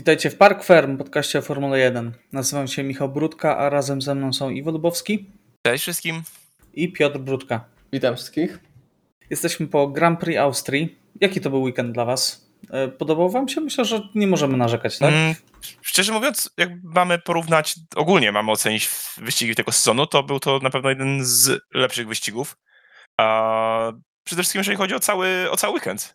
Witajcie w Park Ferm, podcaście o Formule 1. Nazywam się Michał Brudka, a razem ze mną są Iwo Lubowski Cześć wszystkim. i Piotr Brudka. Witam wszystkich. Jesteśmy po Grand Prix Austrii. Jaki to był weekend dla Was? Podobał Wam się? Myślę, że nie możemy narzekać, tak? Szczerze mówiąc, jak mamy porównać, ogólnie mamy ocenić wyścigi tego sezonu, to był to na pewno jeden z lepszych wyścigów. Przede wszystkim jeżeli chodzi o cały weekend.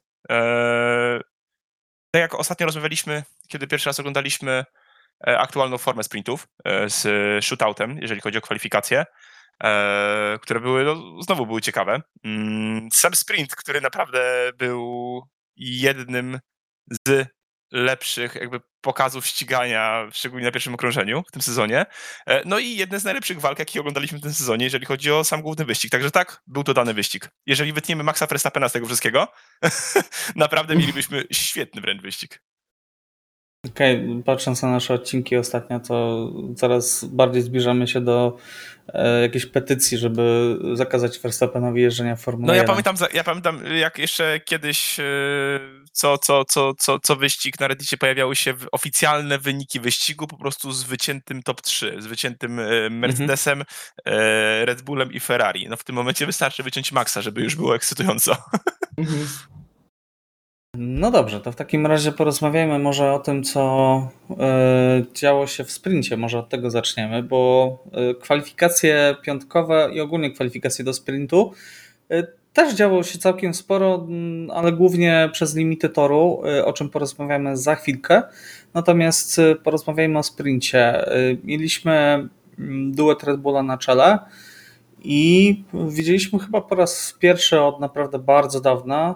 Tak jak ostatnio rozmawialiśmy, kiedy pierwszy raz oglądaliśmy aktualną formę sprintów z shootoutem, jeżeli chodzi o kwalifikacje, które znowu były ciekawe. Sam sprint, który naprawdę był jednym z lepszych jakby pokazów ścigania, szczególnie na pierwszym okrążeniu w tym sezonie. No i jedne z najlepszych walk, jakie oglądaliśmy w tym sezonie, jeżeli chodzi o sam główny wyścig. Także tak, był to dany wyścig. Jeżeli wytniemy Maxa Verstappena z tego wszystkiego, naprawdę mielibyśmy świetny wręcz wyścig. Okej, patrząc na nasze odcinki ostatnio, to coraz bardziej zbliżamy się do jakiejś petycji, żeby zakazać Verstappenowi jeżdżenia w Formule 1. Ja pamiętam, jak jeszcze kiedyś co wyścig na Reddicie pojawiały się oficjalne wyniki wyścigu po prostu z wyciętym top 3, z wyciętym Mercedesem, Red Bullem i Ferrari. No w tym momencie wystarczy wyciąć Maxa, żeby już było ekscytująco. No dobrze, to w takim razie porozmawiajmy może o tym, co działo się w sprincie. Może od tego zaczniemy, bo kwalifikacje piątkowe i ogólnie kwalifikacje do sprintu też działo się całkiem sporo, ale głównie przez limity toru, o czym porozmawiamy za chwilkę. Natomiast porozmawiajmy o sprincie. Mieliśmy duet Red Bulla na czele i widzieliśmy chyba po raz pierwszy od naprawdę bardzo dawna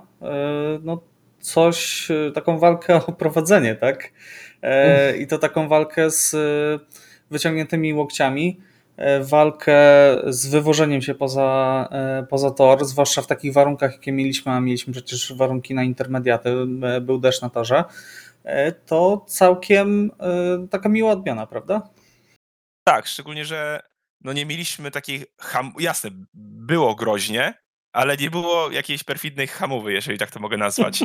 taką walkę o prowadzenie, tak? I to taką walkę z wyciągniętymi łokciami, walkę z wywożeniem się poza tor, zwłaszcza w takich warunkach, jakie mieliśmy, a mieliśmy przecież warunki na intermediaty, był deszcz na torze, to całkiem taka miła odmiana, prawda? Tak, szczególnie, że nie mieliśmy takich jasne, było groźnie, ale nie było jakiejś perfidnej hamowy, jeżeli tak to mogę nazwać.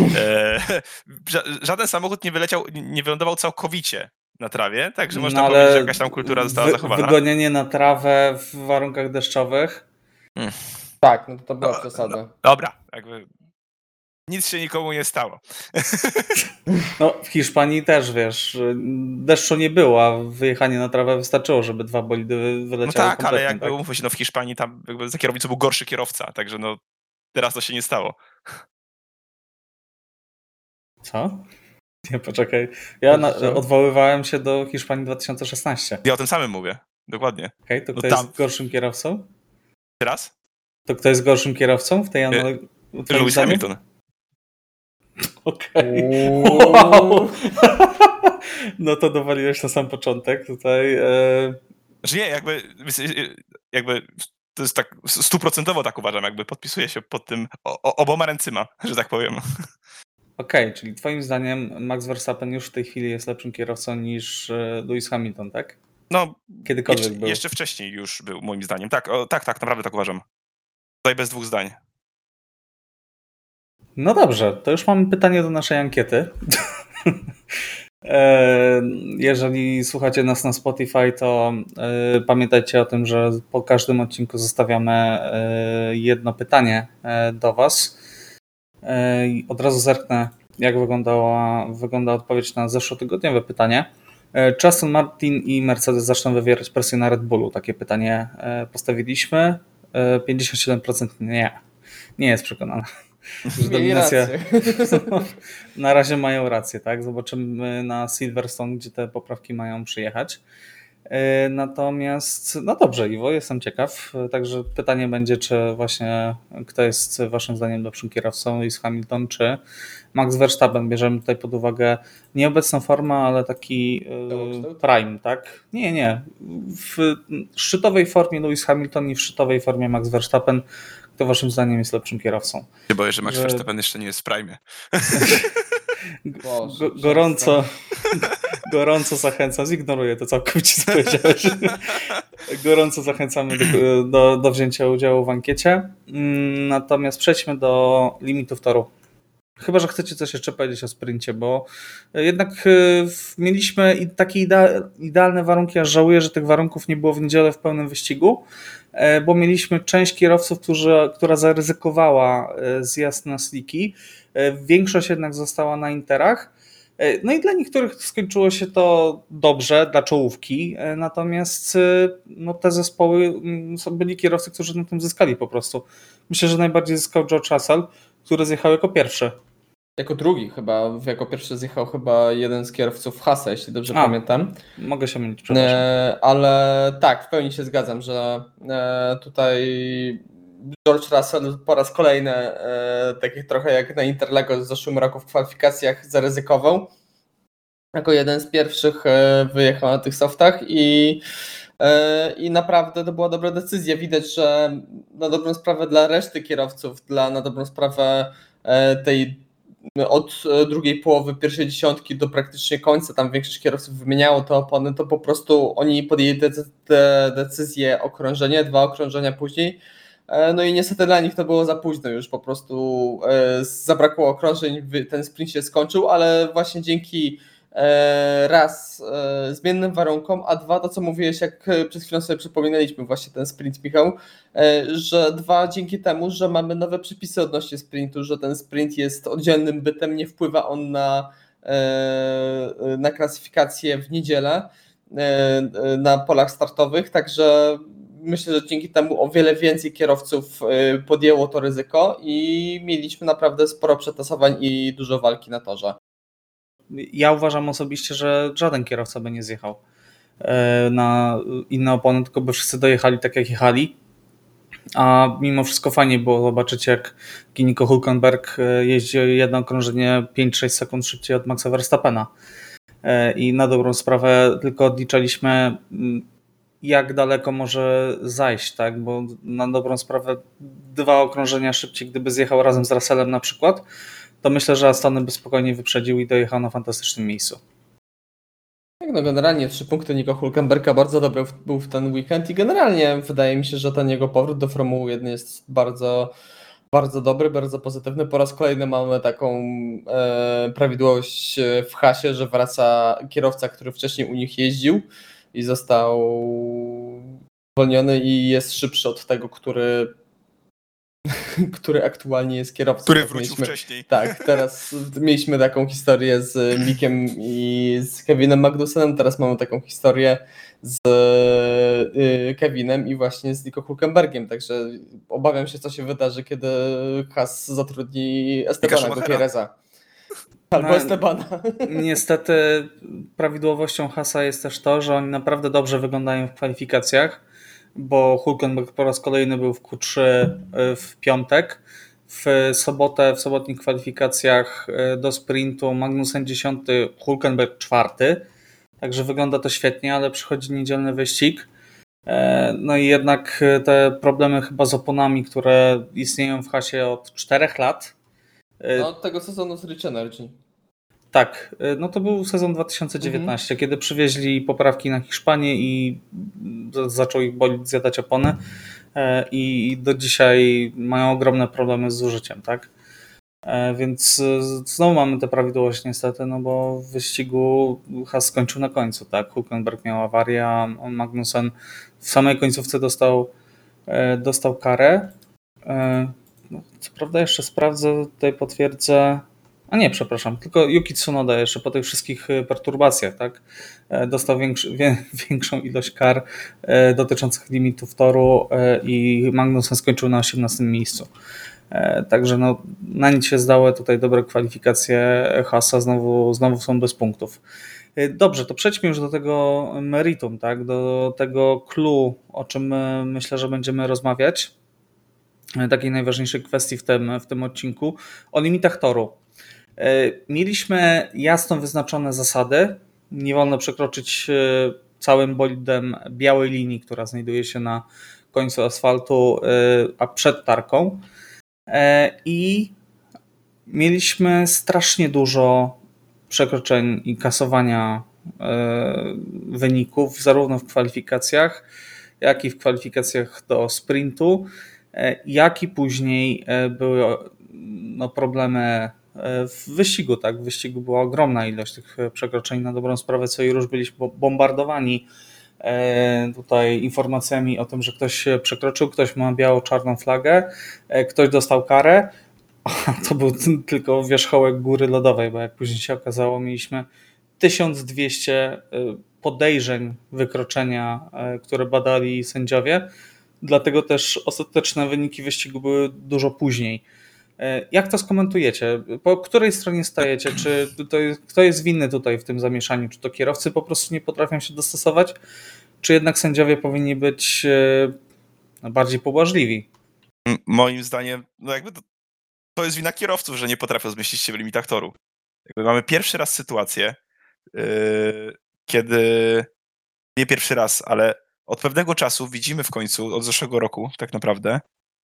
Żaden samochód nie wylądował całkowicie na trawie, także można powiedzieć, że jakaś tam kultura została zachowana. Wygonienie na trawę w warunkach deszczowych? Tak, no to była przesada. Dobra, jakby nic się nikomu nie stało. No w Hiszpanii też, wiesz, deszczu nie było, a wyjechanie na trawę wystarczyło, żeby dwa bolidy wyleciały. No tak, ale jakby umówmy się, w Hiszpanii tam jakby za kierownicą był gorszy kierowca, także teraz to się nie stało. Co? Nie, poczekaj. Odwoływałem się do Hiszpanii 2016. Ja o tym samym mówię, dokładnie. Okej, to kto jest gorszym kierowcą? Teraz? To kto jest gorszym kierowcą w tej analogii? Lewis Hamilton. Okej. Wow. No to dowaliłeś na sam początek tutaj. Znaczy nie, jakby to jest tak 100% tak uważam, jakby podpisuję się pod tym oboma ręcyma, że tak powiem. Okej, czyli twoim zdaniem Max Verstappen już w tej chwili jest lepszym kierowcą niż Lewis Hamilton, tak? No, kiedykolwiek był. Jeszcze wcześniej już był, moim zdaniem. Tak, naprawdę tak uważam. Tutaj bez dwóch zdań. No dobrze, to już mamy pytanie do naszej ankiety. Jeżeli słuchacie nas na Spotify, to pamiętajcie o tym, że po każdym odcinku zostawiamy jedno pytanie do Was. Od razu zerknę, jak wygląda odpowiedź na zeszłotygodniowe pytanie. Czy Aston Martin i Mercedes zaczną wywierać presję na Red Bullu? Takie pytanie postawiliśmy. 57% nie jest przekonana. Dominacja. Na razie mają rację, tak? Zobaczymy na Silverstone, gdzie te poprawki mają przyjechać. Natomiast, no dobrze, Iwo, jestem ciekaw. Także pytanie będzie, czy właśnie kto jest waszym zdaniem lepszym kierowcą, Lewis Hamilton czy Max Verstappen? Bierzemy tutaj pod uwagę nie obecną formę, ale taki prime, tak? Nie. W szczytowej formie Lewis Hamilton i w szczytowej formie Max Verstappen. Kto waszym zdaniem jest lepszym kierowcą? Ja boję, że Max Verstappen jeszcze nie jest w prime. Gorąco zachęcam, zignoruję to całkowicie, co powiedziałeś. Gorąco zachęcamy do wzięcia udziału w ankiecie. Natomiast przejdźmy do limitów toru. Chyba że chcecie coś jeszcze powiedzieć o sprincie, bo jednak mieliśmy takie idealne warunki, aż żałuję, że tych warunków nie było w niedzielę w pełnym wyścigu, bo mieliśmy część kierowców, która zaryzykowała zjazd na sliki. Większość jednak została na interach. No i dla niektórych skończyło się to dobrze, dla czołówki, natomiast no, te zespoły, byli kierowcy, którzy na tym zyskali po prostu. Myślę, że najbardziej zyskał George Russell, który zjechał jako pierwszy. Jako drugi chyba, jako pierwszy zjechał chyba jeden z kierowców Haasa, jeśli dobrze pamiętam. Mogę się mylić, przepraszam. Ale tak, w pełni się zgadzam, że tutaj George Russell po raz kolejny, tak jak trochę jak na Interlagos w zeszłym roku w kwalifikacjach, zaryzykował. Jako jeden z pierwszych wyjechał na tych softach i naprawdę to była dobra decyzja. Widać, że na dobrą sprawę dla reszty kierowców, na dobrą sprawę tej od drugiej połowy pierwszej dziesiątki do praktycznie końca, tam większość kierowców wymieniało te opony, to po prostu oni podjęli decyzję okrążenie, 2 okrążenia później. No i niestety dla nich to było za późno, już po prostu zabrakło okrążeń, ten sprint się skończył, ale właśnie dzięki raz zmiennym warunkom, a dwa to co mówiłeś, jak przed chwilą sobie przypominaliśmy właśnie ten sprint, Michał, że dwa dzięki temu, że mamy nowe przepisy odnośnie sprintu, że ten sprint jest oddzielnym bytem, nie wpływa on na klasyfikację w niedzielę na polach startowych, także myślę, że dzięki temu o wiele więcej kierowców podjęło to ryzyko i mieliśmy naprawdę sporo przetasowań i dużo walki na torze. Ja uważam osobiście, że żaden kierowca by nie zjechał na inne opony, tylko by wszyscy dojechali tak jak jechali. A mimo wszystko fajnie było zobaczyć, jak Nico Hülkenberg jeździ jedno okrążenie 5-6 sekund szybciej od Maxa Verstappena. I na dobrą sprawę tylko odliczaliśmy, jak daleko może zajść, tak? Bo na dobrą sprawę 2 okrążenia szybciej, gdyby zjechał razem z Russellem na przykład, to myślę, że Astony by spokojnie wyprzedził i dojechał na fantastycznym miejscu. No generalnie 3 punkty Nico Hülkenberga bardzo dobry był w ten weekend i generalnie wydaje mi się, że ten jego powrót do Formuły 1 jest bardzo, bardzo dobry, bardzo pozytywny. Po raz kolejny mamy taką prawidłowość w Haasie, że wraca kierowca, który wcześniej u nich jeździł i został zwolniony i jest szybszy od tego, który aktualnie jest kierowcą. Który wrócił wcześniej. Tak, teraz mieliśmy taką historię z Mickiem i z Kevinem Magnussenem, teraz mamy taką historię z Kevinem i właśnie z Nico Hülkenbergiem, także obawiam się, co się wydarzy, kiedy Haas zatrudni Estebana Gutierreza. Albo Estebana. Niestety prawidłowością Haasa jest też to, że oni naprawdę dobrze wyglądają w kwalifikacjach, bo Hülkenberg po raz kolejny był w Q3 w piątek. W sobotę, w sobotnich kwalifikacjach do sprintu Magnussen 10, Hülkenberg 4. Także wygląda to świetnie, ale przychodzi niedzielny wyścig. No i jednak te problemy chyba z oponami, które istnieją w Haasie od 4 lat. No od tego sezonu z Rich Energy. Tak, no to był sezon 2019, kiedy przywieźli poprawki na Hiszpanię i zaczął ich bolid zjadać opony i do dzisiaj mają ogromne problemy z zużyciem, tak? Więc znowu mamy tę prawidłowość niestety, no bo w wyścigu Haas skończył na końcu, tak? Hülkenberg miał awarię, a Magnussen w samej końcówce dostał karę. Co prawda jeszcze sprawdzę, tutaj potwierdzę. A nie, przepraszam, tylko Yuki Tsunoda jeszcze po tych wszystkich perturbacjach, tak? Dostał większą ilość kar dotyczących limitów toru i Magnussen skończył na 18 miejscu. Także no, na nic się zdały tutaj dobre kwalifikacje Haasa, znowu są bez punktów. Dobrze, to przejdźmy już do tego meritum, tak? Do tego clue, o czym myślę, że będziemy rozmawiać. Takiej najważniejszej kwestii w tym odcinku, o limitach toru. Mieliśmy jasno wyznaczone zasady. Nie wolno przekroczyć całym bolidem białej linii, która znajduje się na końcu asfaltu, a przed tarką. I mieliśmy strasznie dużo przekroczeń i kasowania wyników, zarówno w kwalifikacjach, jak i w kwalifikacjach do sprintu, jak i później były problemy w wyścigu, tak? W wyścigu była ogromna ilość tych przekroczeń na dobrą sprawę, co i już byliśmy bombardowani tutaj informacjami o tym, że ktoś się przekroczył, ktoś ma biało-czarną flagę, ktoś dostał karę, a to był tylko wierzchołek góry lodowej, bo jak później się okazało, mieliśmy 1200 podejrzeń wykroczenia, które badali sędziowie, dlatego też ostateczne wyniki wyścigu były dużo później. Jak to skomentujecie? Po której stronie stajecie? Czy kto jest winny tutaj w tym zamieszaniu? Czy to kierowcy po prostu nie potrafią się dostosować? Czy jednak sędziowie powinni być bardziej pobłażliwi? Moim zdaniem, no jakby to jest wina kierowców, że nie potrafią zmieścić się w limitach toru. Jakby mamy pierwszy raz sytuację, kiedy nie pierwszy raz, ale od pewnego czasu widzimy w końcu, od zeszłego roku tak naprawdę,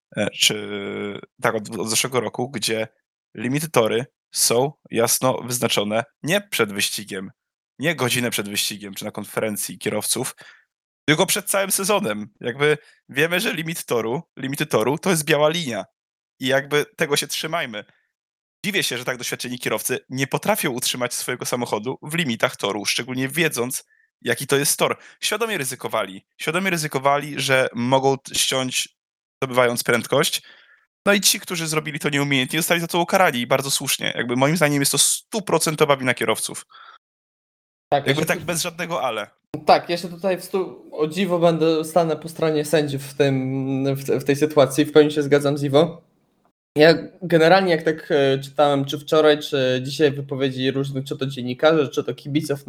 od zeszłego roku, gdzie limity tory są jasno wyznaczone nie przed wyścigiem, nie godzinę przed wyścigiem czy na konferencji kierowców, tylko przed całym sezonem. Jakby wiemy, że limity toru to jest biała linia i jakby tego się trzymajmy. Dziwię się, że tak doświadczeni kierowcy nie potrafią utrzymać swojego samochodu w limitach toru, szczególnie wiedząc, jaki to jest tor. Świadomie ryzykowali, że mogą ściąć, zdobywając prędkość. No i ci, którzy zrobili to nieumiejętnie, zostali za to ukarani i bardzo słusznie. Jakby moim zdaniem jest to 100% wina kierowców. Tak, Jakby tak bez żadnego ale. Tak, jeszcze tutaj o dziwo stanę po stronie sędziów w tej sytuacji. W pełni się zgadzam z Iwo. Ja generalnie jak tak czytałem, czy wczoraj, czy dzisiaj wypowiedzi różnych, czy to dziennikarzy, czy to kibiców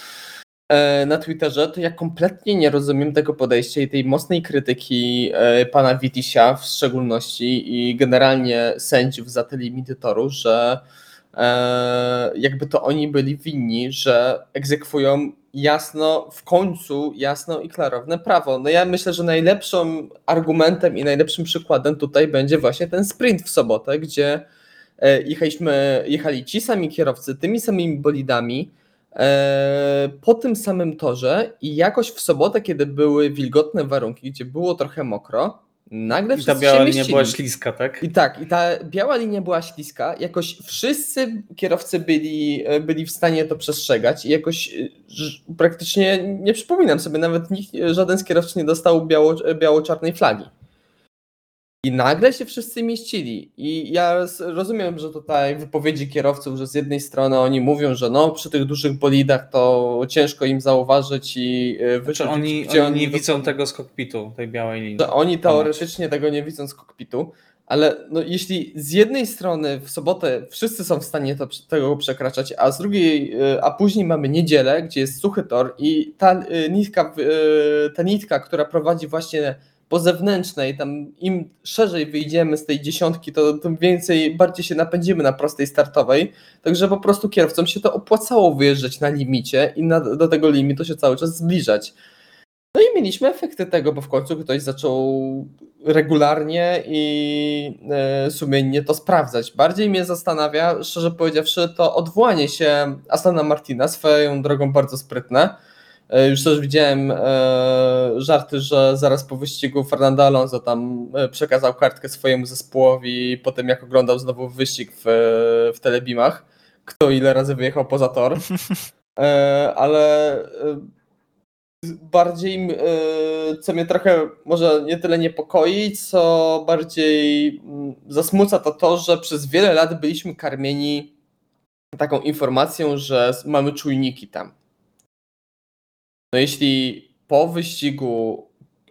na Twitterze, to ja kompletnie nie rozumiem tego podejścia i tej mocnej krytyki pana Witisia w szczególności i generalnie sędziów za te limity toru, że jakby to oni byli winni, że egzekwują w końcu jasno i klarowne prawo. No ja myślę, że najlepszym argumentem i najlepszym przykładem tutaj będzie właśnie ten sprint w sobotę, gdzie jechali ci sami kierowcy, tymi samymi bolidami, po tym samym torze i jakoś w sobotę, kiedy były wilgotne warunki, gdzie było trochę mokro, nagle wszyscy ta biała się linia mieścili. była śliska, tak? I ta biała linia była śliska, jakoś wszyscy kierowcy byli w stanie to przestrzegać i jakoś praktycznie nie przypominam sobie, nawet żaden z kierowców nie dostał biało-czarnej flagi. I nagle się wszyscy mieścili. I ja rozumiem, że tutaj wypowiedzi kierowców, że z jednej strony oni mówią, że no przy tych dużych bolidach to ciężko im zauważyć i Znaczy oni nie widzą tego z kokpitu, tej białej linii. Że oni teoretycznie tego nie widzą z kokpitu, ale no jeśli z jednej strony w sobotę wszyscy są w stanie tego przekraczać, a z drugiej, a później mamy niedzielę, gdzie jest suchy tor i ta nitka, która prowadzi właśnie po zewnętrznej, tam im szerzej wyjdziemy z tej dziesiątki, to tym bardziej się napędzimy na prostej startowej, także po prostu kierowcom się to opłacało wyjeżdżać na limicie i do tego limitu się cały czas zbliżać. No i mieliśmy efekty tego, bo w końcu ktoś zaczął regularnie i sumiennie to sprawdzać. Bardziej mnie zastanawia, szczerze powiedziawszy, to odwołanie się Astona Martina, swoją drogą bardzo sprytne. Już też widziałem żarty, że zaraz po wyścigu Fernando Alonso tam przekazał kartkę swojemu zespołowi po tym, jak oglądał znowu wyścig w telebimach, kto ile razy wyjechał poza tor. Ale bardziej, co mnie trochę może nie tyle niepokoi, co bardziej zasmuca to, że przez wiele lat byliśmy karmieni taką informacją, że mamy czujniki tam. No jeśli po wyścigu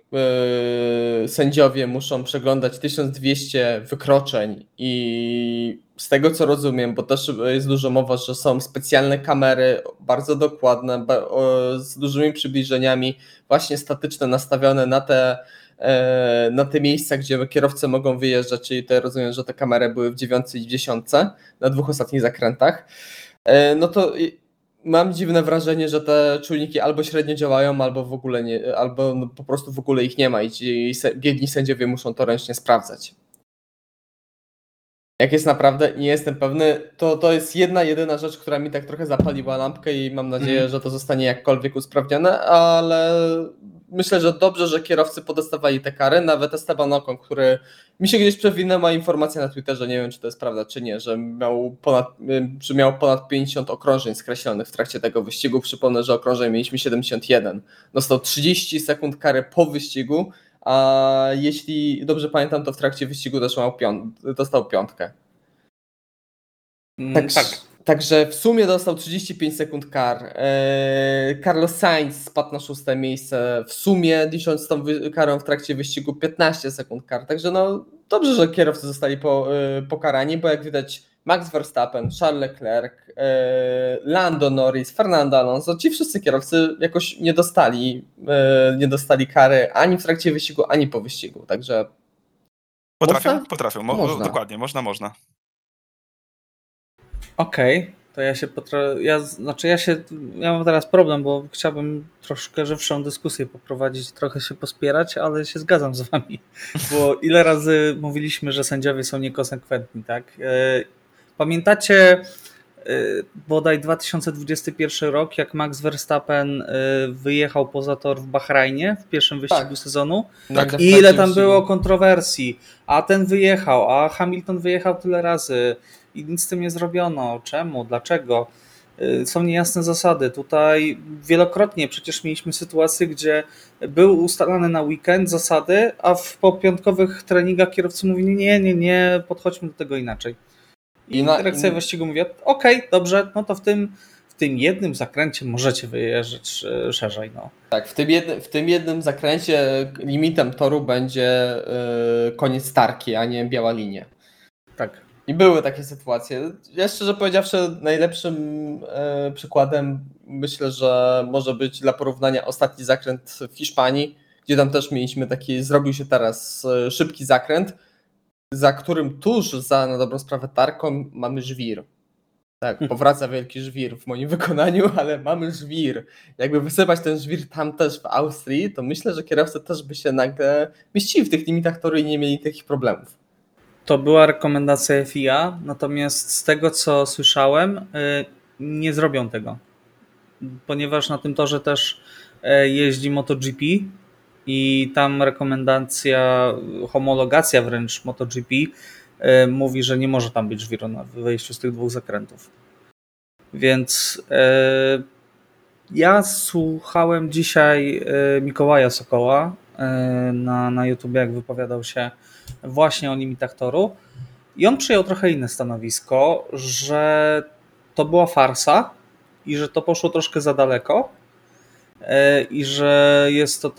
sędziowie muszą przeglądać 1200 wykroczeń i z tego co rozumiem, bo też jest dużo mowa, że są specjalne kamery, bardzo dokładne, z dużymi przybliżeniami, właśnie statyczne, nastawione na te miejsca, gdzie kierowcy mogą wyjeżdżać, czyli to rozumiem, że te kamery były w 9 i 10 na 2 ostatnich zakrętach, no to mam dziwne wrażenie, że te czujniki albo średnio działają, albo w ogóle nie, albo no po prostu w ogóle ich nie ma i ci biedni sędziowie muszą to ręcznie sprawdzać. Jak jest naprawdę, nie jestem pewny, to jest jedyna rzecz, która mi tak trochę zapaliła lampkę i mam nadzieję, że to zostanie jakkolwiek usprawnione, ale myślę, że dobrze, że kierowcy podostawali te kary, nawet Esteban Ocon, który mi się gdzieś przewinęła informacja na Twitterze, nie wiem czy to jest prawda czy nie, że miał ponad 50 okrążeń skreślonych w trakcie tego wyścigu. Przypomnę, że okrążeń mieliśmy 71. Dostał 30 sekund kary po wyścigu, a jeśli dobrze pamiętam, to w trakcie wyścigu też dostał 5. Tak. Także w sumie dostał 35 sekund kar. Carlos Sainz spadł na 6. miejsce. W sumie licząc z tą karą w trakcie wyścigu 15 sekund kar. Także no dobrze, że kierowcy zostali pokarani, bo jak widać Max Verstappen, Charles Leclerc, Lando Norris, Fernando Alonso, ci wszyscy kierowcy jakoś nie dostali kary ani w trakcie wyścigu, ani po wyścigu. Także Potrafią. Można. Dokładnie, można. Okej, to ja mam teraz problem, bo chciałbym troszkę żywszą dyskusję poprowadzić, trochę się pospierać, ale się zgadzam z wami, bo ile razy mówiliśmy, że sędziowie są niekonsekwentni, tak? Pamiętacie bodaj 2021 rok, jak Max Verstappen wyjechał poza tor w Bahrajnie w pierwszym wyścigu sezonu? Tak. I ile tam było kontrowersji, a ten wyjechał, a Hamilton wyjechał tyle razy i nic z tym nie zrobiono. Czemu? Dlaczego? Są niejasne zasady. Tutaj wielokrotnie przecież mieliśmy sytuacje, gdzie były ustalane na weekend zasady, a po piątkowych treningach kierowcy mówili nie, podchodźmy do tego inaczej. I dyrekcja wyścigu mówi, okej, dobrze, no to w tym jednym zakręcie możecie wyjeżdżać szerzej. No. Tak, w tym jednym zakręcie limitem toru będzie koniec tarki, a nie biała linia. Tak. I były takie sytuacje. Ja szczerze powiedziawszy, najlepszym przykładem myślę, że może być dla porównania ostatni zakręt w Hiszpanii, gdzie tam też mieliśmy zrobił się teraz szybki zakręt, za którym tuż za, na dobrą sprawę, tarką mamy żwir. Tak, powraca wielki żwir w moim wykonaniu, ale mamy żwir. Jakby wysypać ten żwir tam też w Austrii, to myślę, że kierowcy też by się nagle mieścili w tych limitach toru i nie mieli takich problemów. To była rekomendacja FIA, natomiast z tego co słyszałem, nie zrobią tego, ponieważ na tym torze też jeździ MotoGP i tam homologacja wręcz MotoGP mówi, że nie może tam być żwiru na wyjściu z tych dwóch zakrętów. Więc ja słuchałem dzisiaj Mikołaja Sokoła na YouTube, jak wypowiadał się właśnie o limitach toru i on przyjął trochę inne stanowisko, że to była farsa i że to poszło troszkę za daleko i że jest to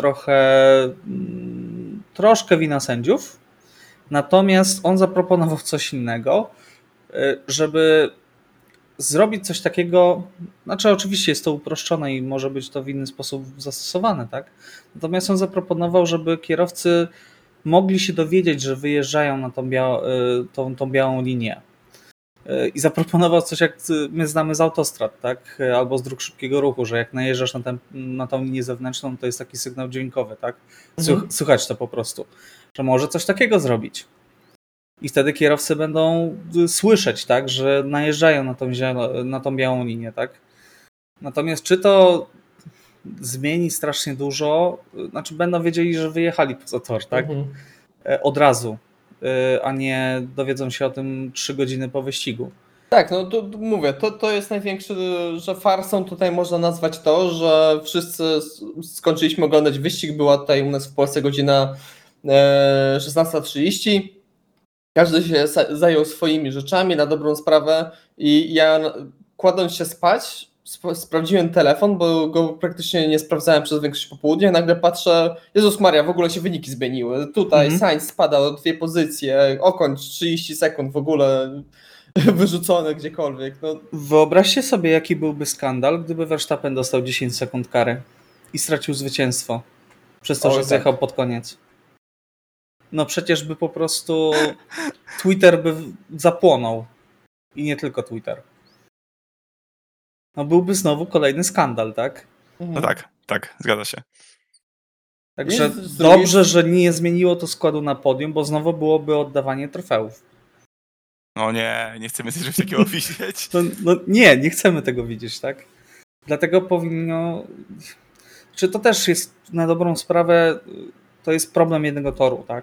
troszkę wina sędziów. Natomiast on zaproponował coś innego, żeby zrobić coś takiego, znaczy oczywiście jest to uproszczone i może być to w inny sposób zastosowane, tak? Natomiast on zaproponował, żeby kierowcy mogli się dowiedzieć, że wyjeżdżają na tą białą linię. I zaproponował coś, jak my znamy z autostrad, tak? Albo z dróg szybkiego ruchu, że jak najeżdżasz na tą linię zewnętrzną, to jest taki sygnał dźwiękowy, tak? Słychać to po prostu. Że może coś takiego zrobić. I wtedy kierowcy będą słyszeć, tak, że najeżdżają na tą białą linię, tak? Natomiast czy to zmieni strasznie dużo, znaczy będą wiedzieli, że wyjechali poza tor, tak? Od razu, a nie dowiedzą się o tym 3 godziny po wyścigu. Tak, no to mówię, to jest największy, że farsą tutaj można nazwać to, że wszyscy skończyliśmy oglądać wyścig, była tutaj u nas w Polsce godzina 16:30. Każdy się zajął swoimi rzeczami na dobrą sprawę i ja kładąc się spać sprawdziłem telefon, bo go praktycznie nie sprawdzałem przez większość popołudnia. Nagle patrzę, Jezus Maria, w ogóle się wyniki zmieniły. Tutaj Sainz spada o 2 pozycje, Ocon 30 sekund w ogóle wyrzucone gdziekolwiek. No. Wyobraźcie sobie, jaki byłby skandal, gdyby Verstappen dostał 10 sekund kary i stracił zwycięstwo przez to, że zjechał pod koniec. No przecież by po prostu Twitter by zapłonął. I nie tylko Twitter. No byłby znowu kolejny skandal, tak? No tak, zgadza się. Także dobrze, że nie zmieniło to składu na podium, bo znowu byłoby oddawanie trofeów. No nie chcemy coś takiego widzieć. Nie chcemy tego widzieć, tak? Dlatego powinno... Czy to też jest na dobrą sprawę, to jest problem jednego toru, tak?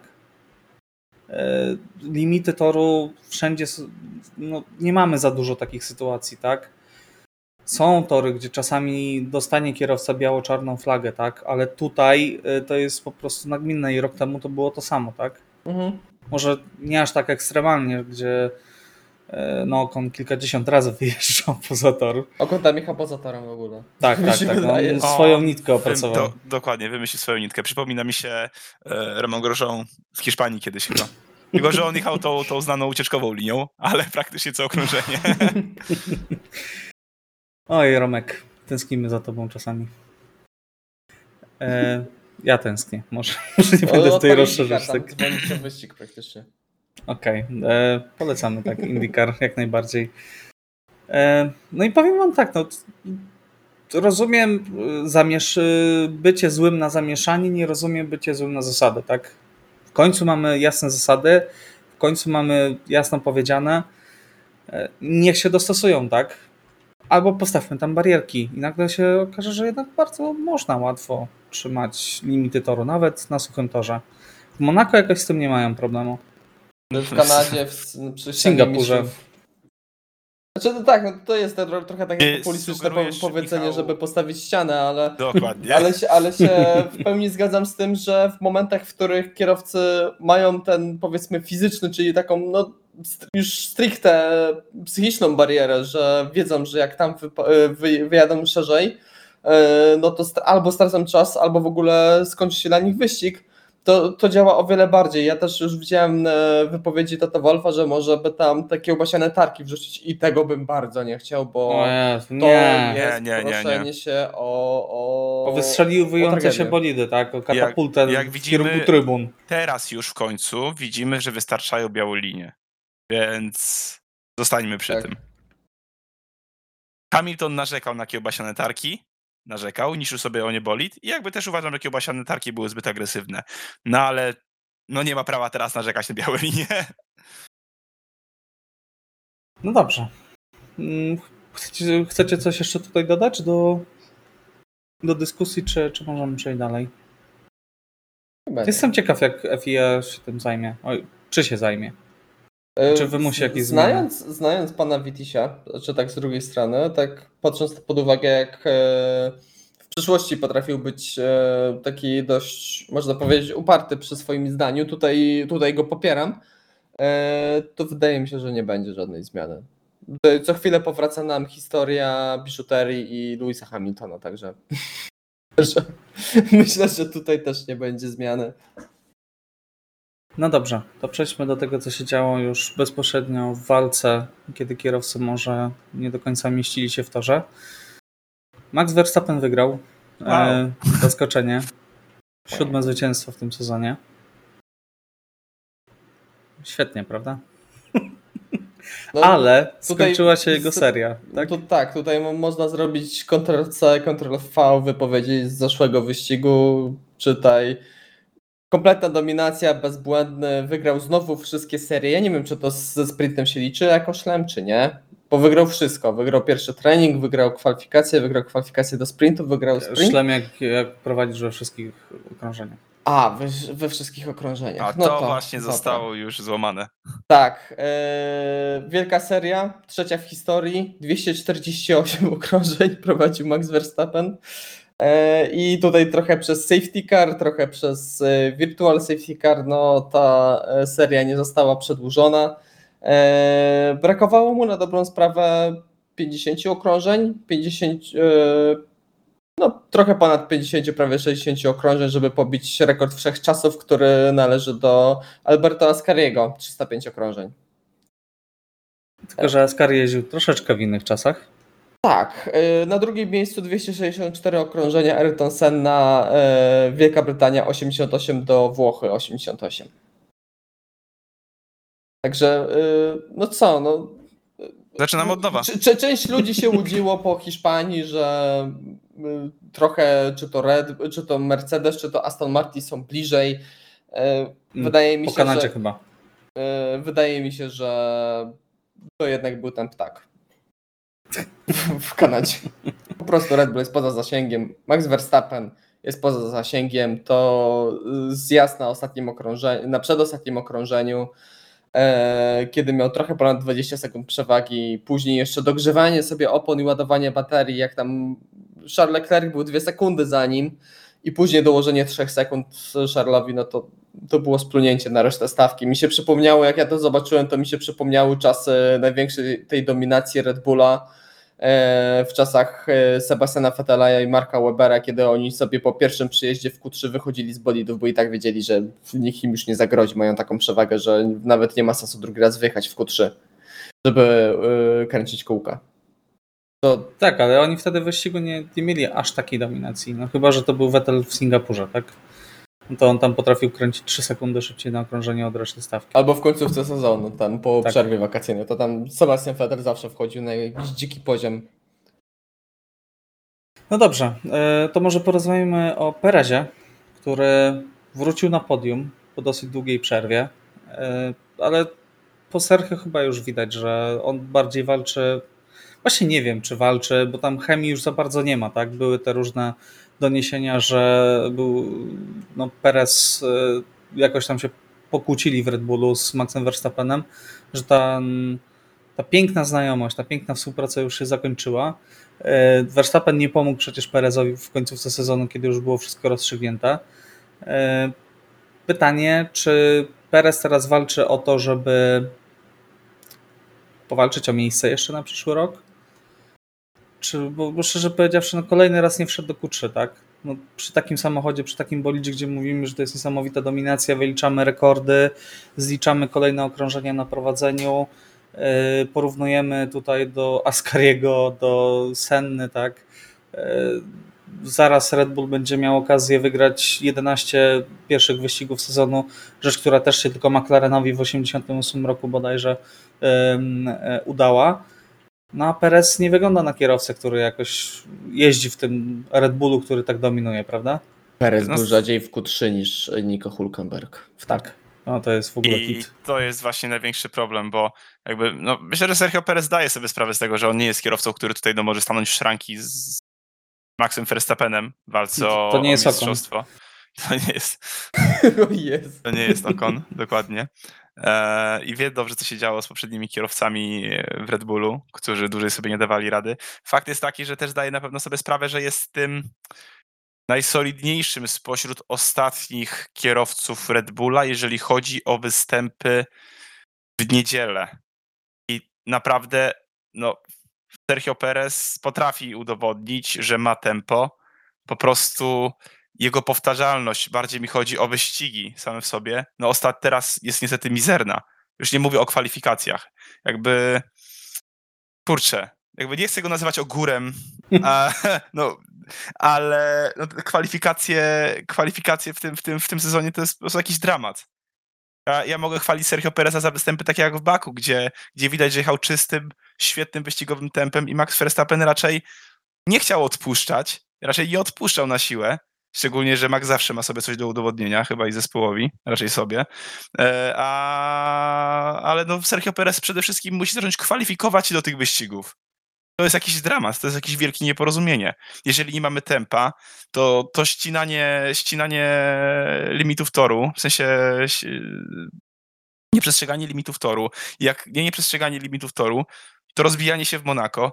Limity toru wszędzie, no, nie mamy za dużo takich sytuacji, tak? Są tory, gdzie czasami dostanie kierowca biało-czarną flagę, tak? Ale tutaj to jest po prostu nagminne i rok temu to było to samo, tak? Może nie aż tak ekstremalnie, gdzie no, Ocon kilkadziesiąt razy wyjeżdżał poza tor. Ocon tam jechał poza torem w ogóle. Tak. On swoją nitkę opracował. Dokładnie, wymyślił swoją nitkę. Przypomina mi się Romain Grosjean z Hiszpanii kiedyś chyba. Tylko, że on jechał tą znaną ucieczkową linią, ale praktycznie co okrążenie. Oj, Romek, tęsknimy za tobą czasami. Ja tęsknię, może nie będę tutaj rozszerzać. Tak, dzwonić o wyścig praktycznie. Okej, polecamy tak, IndyCar jak najbardziej. No i powiem wam tak, no, rozumiem bycie złym na zamieszanie, nie rozumiem bycie złym na zasady, tak? W końcu mamy jasne zasady, w końcu mamy jasno powiedziane, niech się dostosują, tak? Albo postawmy tam barierki i nagle się okaże, że jednak bardzo można łatwo trzymać limity toru, nawet na suchym torze. W Monako jakoś z tym nie mają problemu. W Kanadzie, przy Singapurze. Znaczy, no tak, no to jest trochę takie populistyczne powiedzenie, Michał, żeby postawić ścianę, ale, dokładnie. ale się w pełni zgadzam z tym, że w momentach, w których kierowcy mają ten, powiedzmy, fizyczny, czyli taką no, już stricte psychiczną barierę, że wiedzą, że jak tam wyjadą szerzej, no to albo stracą czas, albo w ogóle skończy się dla nich wyścig. To działa o wiele bardziej. Ja też już widziałem wypowiedzi Toto Wolffa, że może by tam te kiełbasiane tarki wrzucić i tego bym bardzo nie chciał, bo to jest proszenie się o wystrzeliwujące się bolidy, tak? O katapultę w kierunku trybun. Teraz już w końcu widzimy, że wystarczają białe linie. Więc zostańmy przy tym. Hamilton narzekał na kiełbasiane tarki. Niszczył sobie o nie bolid i jakby też uważam, że kiełbasiane tarki były zbyt agresywne. No ale no nie ma prawa teraz narzekać na białe linie. No dobrze. Chcecie coś jeszcze tutaj dodać do dyskusji, czy możemy przejść dalej? Jestem ciekaw, jak FIA się tym zajmie. Czy się zajmie? Czy wymusi jakieś zmiany? Znając pana Wittisia, czy tak z drugiej strony, tak patrząc pod uwagę, jak w przyszłości potrafił być taki dość, można powiedzieć, uparty przy swoim zdaniu, tutaj go popieram, to wydaje mi się, że nie będzie żadnej zmiany. Co chwilę powraca nam historia biżuterii i Lewisa Hamiltona, także myślę, że tutaj też nie będzie zmiany. No dobrze, to przejdźmy do tego, co się działo już bezpośrednio w walce, kiedy kierowcy może nie do końca mieścili się w torze. Max Verstappen wygrał. Wow. Zaskoczenie. 7. zwycięstwo w tym sezonie. Świetnie, prawda? No, ale skończyła się jego seria. Tak? Tutaj można zrobić Ctrl-C, Ctrl-V, wypowiedzi z zeszłego wyścigu. Czytaj. Kompletna dominacja, bezbłędny, wygrał znowu wszystkie serie. Ja nie wiem, czy to ze sprintem się liczy jako szlem, czy nie. Bo wygrał wszystko. Wygrał pierwszy trening, wygrał kwalifikację do sprintu, wygrał sprint. Szlem jak prowadzisz we wszystkich okrążeniach. We wszystkich okrążeniach. A to właśnie zostało już złamane. Tak. Wielka seria, trzecia w historii, 248 okrążeń prowadził Max Verstappen. I tutaj trochę przez safety car, trochę przez virtual safety car, no ta seria nie została przedłużona. Brakowało mu na dobrą sprawę 50 okrążeń, trochę ponad 50, prawie 60 okrążeń, żeby pobić rekord wszechczasów, który należy do Alberto Ascariego, 305 okrążeń. Tylko że Ascari jeździł troszeczkę w innych czasach. Tak, na drugim miejscu 264 okrążenia Ayrton Senna, Wielka Brytania 88 do Włochy 88. Także zaczynam od nowa. Część ludzi się łudziło po Hiszpanii, że trochę czy to Mercedes, czy to Aston Martin są bliżej. Wydaje mi się, po Kanadzie chyba. Wydaje mi się, że to jednak był ten ptak. W Kanadzie. po prostu Red Bull jest poza zasięgiem, Max Verstappen jest poza zasięgiem, to zjazd na przedostatnim okrążeniu, kiedy miał trochę ponad 20 sekund przewagi, później jeszcze dogrzewanie sobie opon i ładowanie baterii, jak tam Charles Leclerc był 2 sekundy za nim i później dołożenie 3 sekund Charlesowi, no to było splunięcie na resztę stawki. Mi się przypomniało, jak ja to zobaczyłem, to mi się przypomniały czasy największej tej dominacji Red Bulla w czasach Sebastiana Vettela i Marka Webera, kiedy oni sobie po pierwszym przyjeździe w Q3 wychodzili z bolidów, bo i tak wiedzieli, że nikt im już nie zagrozi, mają taką przewagę, że nawet nie ma sensu drugi raz wyjechać w Q3, żeby kręcić kółka. Tak, ale oni wtedy w wyścigu nie mieli aż takiej dominacji, no chyba, że to był Vettel w Singapurze, tak? No to on tam potrafił kręcić 3 sekundy szybciej na okrążenie od reszty stawki. Albo w końcówce sezonu, tam po przerwie wakacyjnej, to tam Sebastian Vettel zawsze wchodził na jakiś dziki poziom. No dobrze, to może porozmawiamy o Perezie, który wrócił na podium po dosyć długiej przerwie, ale po Sergio chyba już widać, że on bardziej walczy. Właśnie nie wiem, czy walczy, bo tam chemii już za bardzo nie ma, tak? Były te różne doniesienia, że Perez jakoś tam się pokłócili w Red Bullu z Maxem Verstappenem, że ta piękna znajomość, ta piękna współpraca już się zakończyła. Verstappen nie pomógł przecież Perezowi w końcówce sezonu, kiedy już było wszystko rozstrzygnięte. Pytanie, czy Perez teraz walczy o to, żeby powalczyć o miejsce jeszcze na przyszły rok? Bo szczerze powiedziawszy, kolejny raz nie wszedł do Q3, tak? No, przy takim samochodzie, przy takim bolidzie, gdzie mówimy, że to jest niesamowita dominacja, wyliczamy rekordy, zliczamy kolejne okrążenia na prowadzeniu, porównujemy tutaj do Ascariego, do Senny, tak? Zaraz Red Bull będzie miał okazję wygrać 11 pierwszych wyścigów sezonu, rzecz, która też się tylko McLarenowi w 1988 roku bodajże udała. No a Perez nie wygląda na kierowcę, który jakoś jeździ w tym Red Bullu, który tak dominuje, prawda? Perez był rzadziej w Q3 niż Nico Hülkenberg. Tak. No to jest w ogóle I hit. to jest właśnie największy problem, bo myślę, że Sergio Perez daje sobie sprawę z tego, że on nie jest kierowcą, który tutaj może stanąć w szranki z Maxem Verstappenem w walce o mistrzostwo. To nie jest. To nie jest Ocon, dokładnie. I wie dobrze, co się działo z poprzednimi kierowcami w Red Bullu, którzy dłużej sobie nie dawali rady. Fakt jest taki, że też daje na pewno sobie sprawę, że jest tym najsolidniejszym spośród ostatnich kierowców Red Bulla, jeżeli chodzi o występy w niedzielę. I naprawdę Sergio Perez potrafi udowodnić, że ma tempo. Po prostu jego powtarzalność, bardziej mi chodzi o wyścigi same w sobie, teraz jest niestety mizerna. Już nie mówię o kwalifikacjach. Nie chcę go nazywać ogórem, ale kwalifikacje w tym sezonie to jest po prostu jakiś dramat. Ja mogę chwalić Sergio Pereza za występy takie jak w Baku, gdzie widać, że jechał czystym, świetnym wyścigowym tempem i Max Verstappen raczej nie chciał odpuszczać, raczej nie odpuszczał na siłę, szczególnie, że Max zawsze ma sobie coś do udowodnienia, chyba i zespołowi, raczej sobie. Ale Sergio Perez przede wszystkim musi zacząć kwalifikować się do tych wyścigów. To jest jakiś dramat, to jest jakieś wielkie nieporozumienie. Jeżeli nie mamy tempa, to ścinanie limitów toru, w sensie nieprzestrzeganie limitów toru, jak nieprzestrzeganie limitów toru, to rozbijanie się w Monako,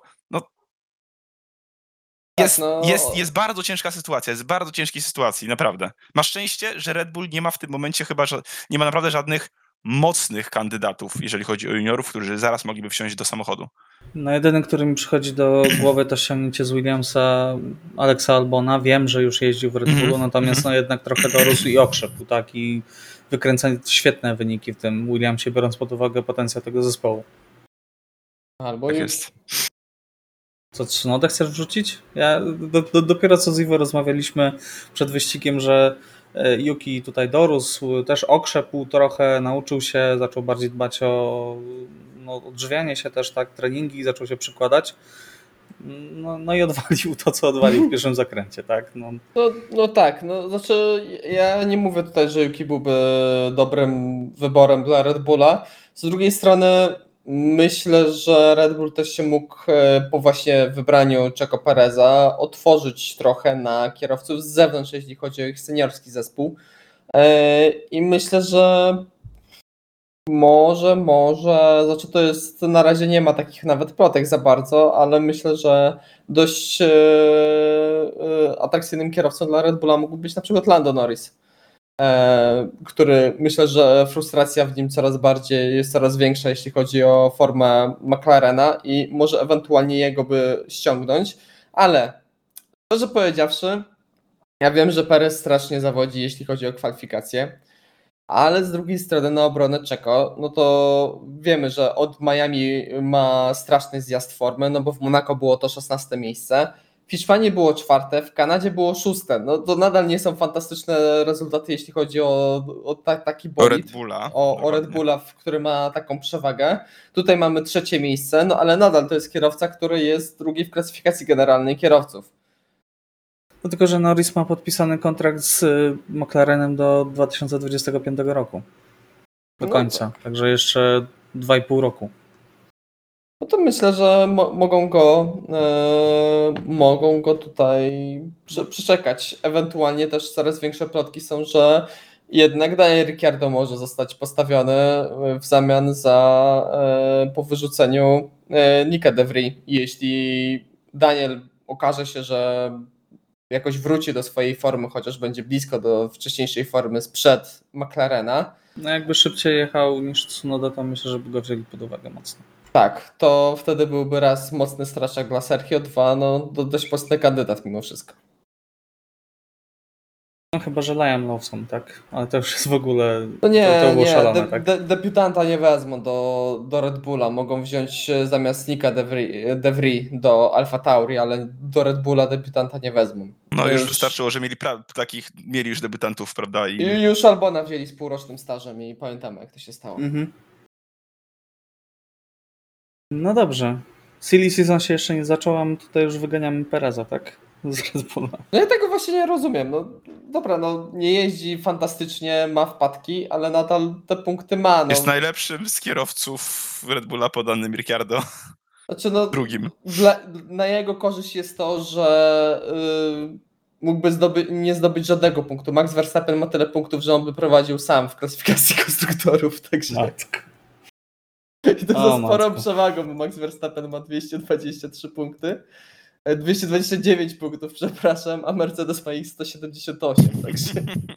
jest bardzo ciężka sytuacja, jest w bardzo ciężkiej sytuacji, naprawdę. Ma szczęście, że Red Bull nie ma w tym momencie nie ma naprawdę żadnych mocnych kandydatów, jeżeli chodzi o juniorów, którzy zaraz mogliby wsiąść do samochodu. Jedyny, który mi przychodzi do głowy, to ściągnięcie z Williamsa Alexa Albona. Wiem, że już jeździł w Red Bullu, natomiast jednak trochę dorósł i okrzepł, tak? I wykręca świetne wyniki w tym Williamsie, biorąc pod uwagę potencjał tego zespołu. Albo tak jest. Co, Tsunodę chcesz wrzucić? Ja dopiero co z Iwo rozmawialiśmy przed wyścigiem, że Yuki tutaj dorósł, też okrzepł trochę, nauczył się, zaczął bardziej dbać o odżywianie się też, tak, treningi, zaczął się przykładać. I odwalił to, co odwalił w pierwszym zakręcie, tak? Znaczy ja nie mówię tutaj, że Yuki byłby dobrym wyborem dla Red Bulla. Z drugiej strony myślę, że Red Bull też się mógł po właśnie wybraniu Checo Pereza otworzyć trochę na kierowców z zewnątrz, jeśli chodzi o ich seniorski zespół. I myślę, że znaczy to jest, na razie nie ma takich nawet plotek za bardzo, ale myślę, że dość atrakcyjnym kierowcą dla Red Bulla mógł być na przykład Lando Norris, który myślę, że frustracja w nim jest coraz większa, jeśli chodzi o formę McLarena i może ewentualnie jego by ściągnąć, ale szczerze powiedziawszy, ja wiem, że Perez strasznie zawodzi, jeśli chodzi o kwalifikacje, ale z drugiej strony na obronę Checo, no to wiemy, że od Miami ma straszny zjazd formy, no bo w Monaco było to 16 miejsce, w Hiszpanii było 4, w Kanadzie było 6. No to nadal nie są fantastyczne rezultaty, jeśli chodzi o taki bolid. O Red Bulla. O Red Bulla, który ma taką przewagę. Tutaj mamy 3 miejsce, no ale nadal to jest kierowca, który jest drugi w klasyfikacji generalnej kierowców. No tylko, że Norris ma podpisany kontrakt z McLarenem do 2025 roku. Do końca. Tak. Także jeszcze 2,5 roku. No to myślę, że mogą go tutaj przeczekać. Ewentualnie też coraz większe plotki są, że jednak Daniel Ricciardo może zostać postawiony w zamian po wyrzuceniu Nicka de Vries. Jeśli Daniel okaże się, że jakoś wróci do swojej formy, chociaż będzie blisko do wcześniejszej formy sprzed McLarena. No jakby szybciej jechał niż Tsunoda, to myślę, że by go wzięli pod uwagę mocno. Tak, to wtedy byłby raz mocny straszak dla Sergio, 2, no dość mocny kandydat mimo wszystko. No chyba, że Liam Lawson, tak? Ale to już jest w ogóle... No nie, to było szalone, tak? Debiutanta nie wezmą do Red Bulla, mogą wziąć zamiast Nicka de Vries do Alfa Tauri, ale do Red Bulla debiutanta nie wezmą. No już wystarczyło, że mieli już debiutantów, prawda? I już Albona wzięli z półrocznym stażem i pamiętamy, jak to się stało. Mhm. No dobrze. Silly season się jeszcze nie zaczął, a my tutaj już wyganiamy Pereza, tak? Z Red Bulla. No ja tego właśnie nie rozumiem. No dobra, no nie jeździ fantastycznie, ma wpadki, ale nadal te punkty ma. No. Jest najlepszym z kierowców Red Bulla po danym Ricciardo. Znaczy, no, Drugim. Na jego korzyść jest to, że mógłby nie zdobyć żadnego punktu. Max Verstappen ma tyle punktów, że on by prowadził sam w klasyfikacji konstruktorów. Także... Matko. I to za sporą przewagą, bo Max Verstappen ma 223 punkty. 229 punktów, przepraszam, a Mercedes ma ich 178, także...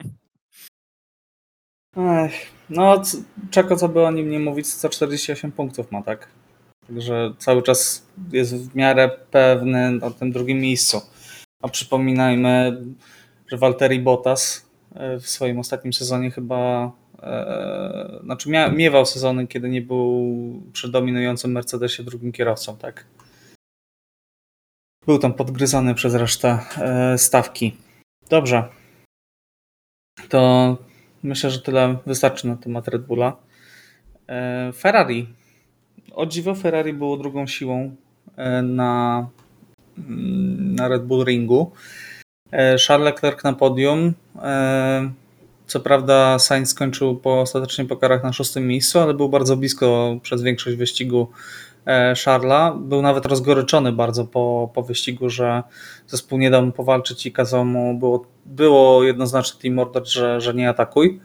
No, czego co by o nim nie mówić, 148 punktów ma, tak? Także cały czas jest w miarę pewny na tym drugim miejscu. A przypominajmy, że Valtteri Bottas w swoim ostatnim sezonie chyba miewał sezony, kiedy nie był przy dominującym Mercedesie drugim kierowcą, tak? Był tam podgryzany przez resztę stawki. Dobrze. To myślę, że tyle wystarczy na temat Red Bulla. Ferrari. O dziwo Ferrari było drugą siłą na Red Bull Ringu. Charles Leclerc na podium. Co prawda Sainz skończył ostatecznie po karach na 6. miejscu, ale był bardzo blisko przez większość wyścigu Charlesa. Był nawet rozgoryczony bardzo po wyścigu, że zespół nie dał mu powalczyć i kazał mu, było jednoznaczny team order, że nie atakuj.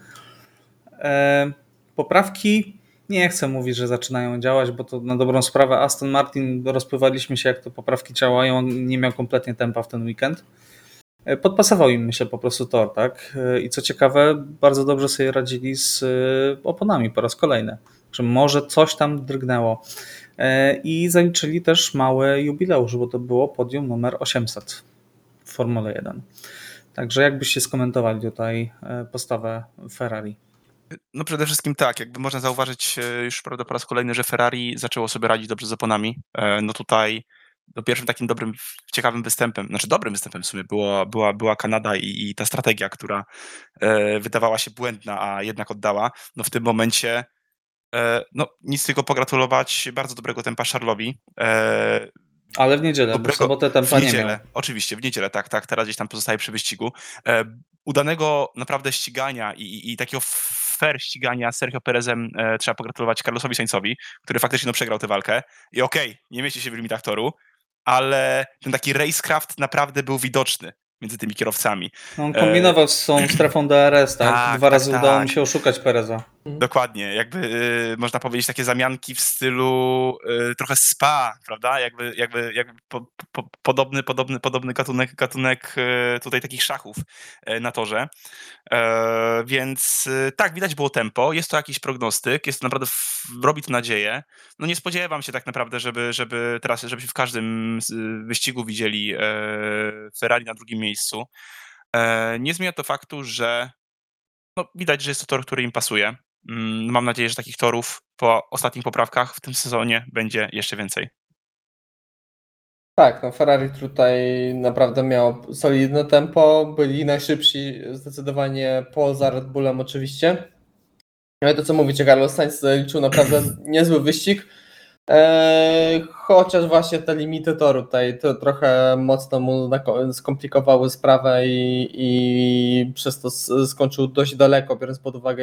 Poprawki nie chcę mówić, że zaczynają działać, bo to na dobrą sprawę Aston Martin, rozpływaliśmy się, jak to poprawki działają, on nie miał kompletnie tempa w ten weekend. Podpasował im, myślę, po prostu tor, tak? I co ciekawe, bardzo dobrze sobie radzili z oponami po raz kolejny. Że może coś tam drgnęło. I zaliczyli też mały jubileusz, bo to było podium numer 800 w Formule 1. Także jakbyście skomentowali tutaj postawę Ferrari? No przede wszystkim tak, jakby można zauważyć już prawda po raz kolejny, że Ferrari zaczęło sobie radzić dobrze z oponami. No tutaj pierwszym takim dobrym, ciekawym występem, dobrym występem w sumie była Kanada i ta strategia, która wydawała się błędna, a jednak oddała. No w tym momencie nic tylko pogratulować bardzo dobrego tempa Charlesowi. Ale w niedzielę, bo w sobotę tempa nie miał. Oczywiście, w niedzielę, tak, teraz gdzieś tam pozostaje przy wyścigu. Udanego naprawdę ścigania i takiego fair ścigania Sergio Perezem trzeba pogratulować Carlosowi Sainzowi, który faktycznie przegrał tę walkę. I okej, nie mieści się w limitach toru, ale ten taki racecraft naprawdę był widoczny między tymi kierowcami. On kombinował z tą strefą DRS, tak? Dwa razy udało mi się oszukać Pereza. Dokładnie, jakby można powiedzieć takie zamianki w stylu trochę Spa, prawda? Jakby podobny gatunek tutaj takich szachów na torze. Więc tak, widać było tempo, jest to jakiś prognostyk, jest to naprawdę, robi to nadzieję. No nie spodziewam się tak naprawdę, żebyśmy w każdym wyścigu widzieli Ferrari na drugim miejscu. Nie zmienia to faktu, że widać, że jest to tor, który im pasuje. Mam nadzieję, że takich torów po ostatnich poprawkach w tym sezonie będzie jeszcze więcej. Tak, Ferrari tutaj naprawdę miało solidne tempo, byli najszybsi zdecydowanie poza Red Bullem oczywiście. Ale to co mówicie, Carlos Sainz zaliczył naprawdę niezły wyścig, chociaż właśnie te limity toru tutaj to trochę mocno mu skomplikowały sprawę i przez to skończył dość daleko, biorąc pod uwagę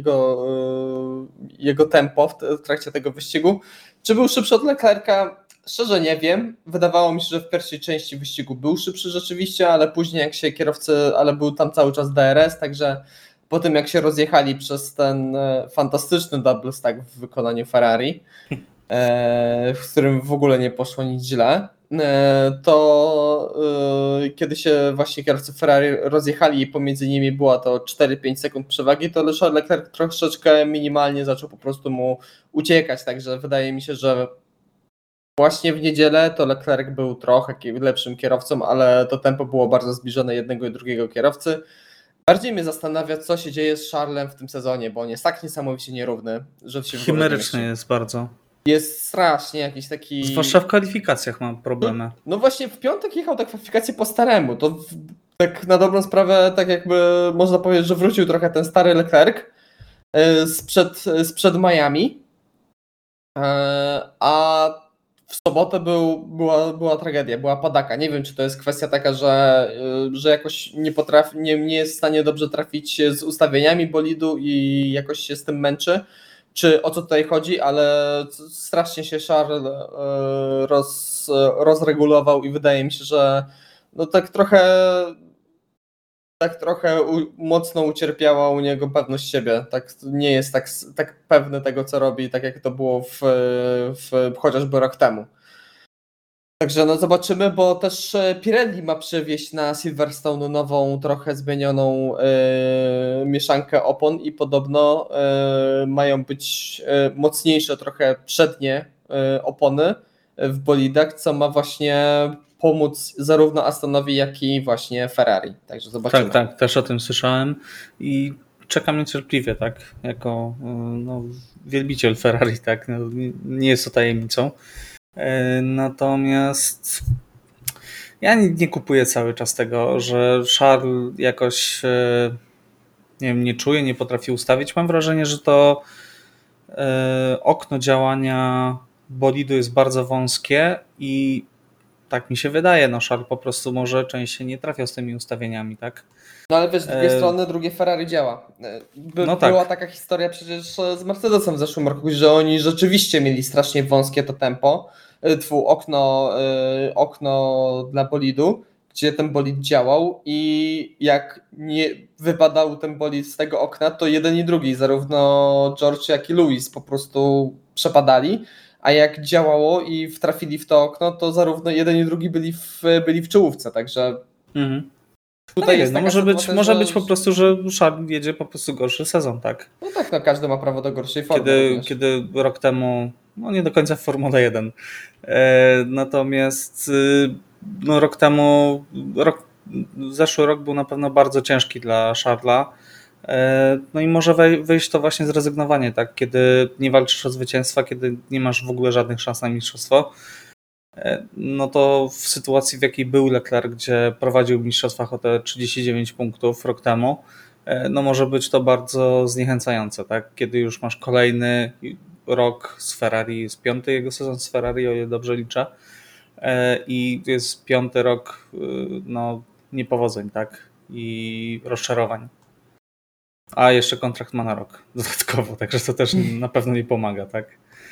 jego tempo w trakcie tego wyścigu. Czy był szybszy od Leclerca? Szczerze nie wiem. Wydawało mi się, że w pierwszej części wyścigu był szybszy rzeczywiście, ale później jak się ale był tam cały czas DRS, także po tym jak się rozjechali przez ten fantastyczny double stack w wykonaniu Ferrari, w którym w ogóle nie poszło nic źle, to kiedy się właśnie kierowcy Ferrari rozjechali i pomiędzy nimi była to 4-5 sekund przewagi, to Charles Leclerc troszeczkę minimalnie zaczął po prostu mu uciekać, także wydaje mi się, że właśnie w niedzielę to Leclerc był trochę lepszym kierowcą, ale to tempo było bardzo zbliżone jednego i drugiego kierowcy. Bardziej mnie zastanawia, co się dzieje z Charlesem w tym sezonie, bo on jest tak niesamowicie nierówny, że się chimeryczny jest bardzo. Jest strasznie jakiś taki... Zwłaszcza w kwalifikacjach mam problemy. No właśnie w piątek jechał te kwalifikacje po staremu. To tak na dobrą sprawę, tak jakby można powiedzieć, że wrócił trochę ten stary Leclerc sprzed Miami. A w sobotę była tragedia, była padaka. Nie wiem, czy to jest kwestia taka, że jakoś nie jest w stanie dobrze trafić z ustawieniami bolidu i jakoś się z tym męczy, czy o co tutaj chodzi, ale strasznie się Charles rozregulował i wydaje mi się, że tak trochę mocno ucierpiała u niego pewność siebie. Tak, nie jest tak pewny tego, co robi, tak jak to było chociażby rok temu. Także zobaczymy, bo też Pirelli ma przywieźć na Silverstone nową, trochę zmienioną mieszankę opon i podobno mają być mocniejsze trochę przednie opony w bolidach, co ma właśnie pomóc zarówno Astonowi, jak i właśnie Ferrari. Także zobaczymy. Tak, też o tym słyszałem i czekam niecierpliwie, tak, jako wielbiciel Ferrari, tak, nie jest to tajemnicą. Natomiast ja nie kupuję cały czas tego, że Charles jakoś nie czuje, nie potrafi ustawić. Mam wrażenie, że to okno działania bolidu jest bardzo wąskie i tak mi się wydaje, Charles po prostu może częściej nie trafiał z tymi ustawieniami, tak? No ale wiesz, z drugiej strony drugie Ferrari działa. Była taka historia przecież z Mercedesem w zeszłym roku, że oni rzeczywiście mieli strasznie wąskie to tempo, okno dla bolidu, gdzie ten bolid działał i jak nie wypadał ten bolid z tego okna, to jeden i drugi, zarówno George jak i Lewis po prostu przepadali, a jak działało i trafili w to okno, to zarówno jeden i drugi byli w czołówce, także tutaj jest może być po prostu, że Charles jedzie po prostu gorszy sezon, tak? No tak, każdy ma prawo do gorszej formy. Kiedy rok temu, nie do końca w Formule 1, natomiast rok temu, zeszły rok był na pewno bardzo ciężki dla Charlesa. No i może wyjść to właśnie zrezygnowanie, tak? Kiedy nie walczysz o zwycięstwa, kiedy nie masz w ogóle żadnych szans na mistrzostwo, no to w sytuacji, w jakiej był Leclerc, gdzie prowadził w mistrzostwach o te 39 punktów rok temu, no może być to bardzo zniechęcające, tak? Kiedy już masz kolejny rok z Ferrari, jest piąty jego sezon z Ferrari, o ile dobrze liczę, i jest piąty rok niepowodzeń, tak? I rozczarowań. A jeszcze kontrakt ma na rok dodatkowo, także to też na pewno nie pomaga, tak?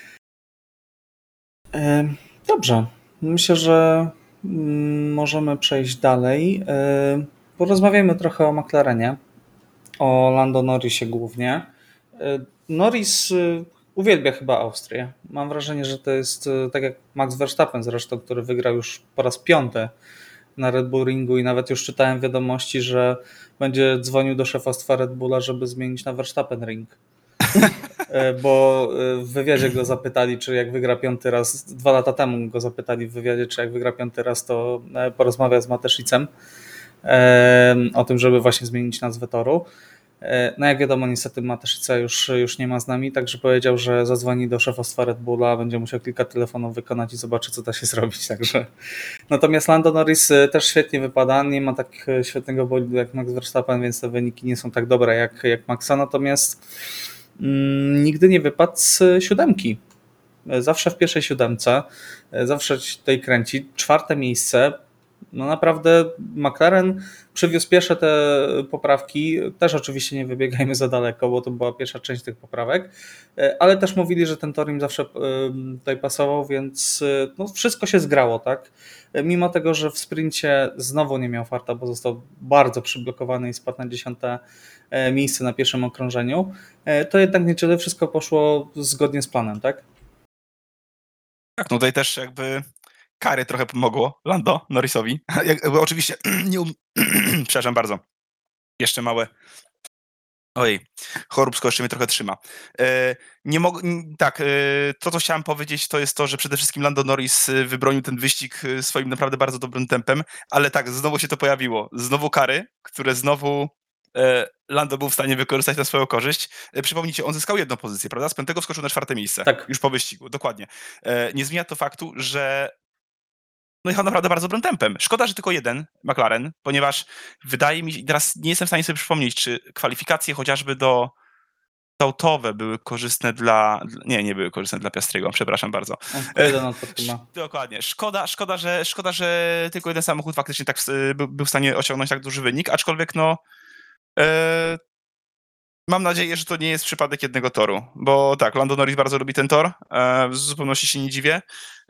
Dobrze. Myślę, że możemy przejść dalej. Porozmawiamy trochę o McLarenie, o Lando Norrisie głównie. Norris uwielbia chyba Austrię. Mam wrażenie, że to jest tak jak Max Verstappen zresztą, który wygrał już po raz 5 na Red Bull Ringu i nawet już czytałem wiadomości, że będzie dzwonił do szefostwa Red Bulla, żeby zmienić na Verstappen Ring. Bo w wywiadzie go zapytali, czy jak wygra 5 raz, 2 lata temu go zapytali w wywiadzie, czy jak wygra 5 raz, to porozmawia z Mateszicem o tym, żeby właśnie zmienić nazwę toru. No jak wiadomo, niestety Mateszica już nie ma z nami, także powiedział, że zadzwoni do szefostwa Red Bulla, będzie musiał kilka telefonów wykonać i zobaczy, co da się zrobić. Także. Natomiast Lando Norris też świetnie wypada, nie ma tak świetnego bolidu jak Max Verstappen, więc te wyniki nie są tak dobre jak Maxa, natomiast nigdy nie wypadł z 7. Zawsze w pierwszej 7, zawsze tutaj kręci. 4. miejsce. No naprawdę McLaren przywiózł pierwsze te poprawki, też oczywiście nie wybiegajmy za daleko, bo to była pierwsza część tych poprawek, ale też mówili, że ten tor im zawsze tutaj pasował, więc no wszystko się zgrało, tak? Mimo tego, że w sprincie znowu nie miał farta, bo został bardzo przyblokowany i spadł na 10. miejsce na pierwszym okrążeniu, to jednak niedzielę wszystko poszło zgodnie z planem, tak? Tak, no tutaj też jakby kary trochę pomogło Lando Norrisowi. Oczywiście przepraszam bardzo. Jeszcze małe. Ojej, choróbsko jeszcze mnie trochę trzyma. To co chciałem powiedzieć, to jest to, że przede wszystkim Lando Norris wybronił ten wyścig swoim naprawdę bardzo dobrym tempem, ale tak, znowu się to pojawiło. Znowu kary, które znowu Lando był w stanie wykorzystać na swoją korzyść. Przypomnijcie, on zyskał 1 pozycję, prawda? Z 5 wskoczył na 4. miejsce. Tak. Już po wyścigu, dokładnie. Nie zmienia to faktu, że no jechał naprawdę bardzo dobrym tempem. Szkoda, że tylko 1 McLaren, ponieważ wydaje mi się, teraz nie jestem w stanie sobie przypomnieć, czy kwalifikacje chociażby do autowe były korzystne nie były korzystne dla Piastriego, przepraszam bardzo. Dokładnie. Szkoda, że tylko 1 samochód faktycznie tak był w stanie osiągnąć tak duży wynik, aczkolwiek mam nadzieję, że to nie jest przypadek jednego toru, bo tak, Lando Norris bardzo lubi ten tor, w zupełności się nie dziwię,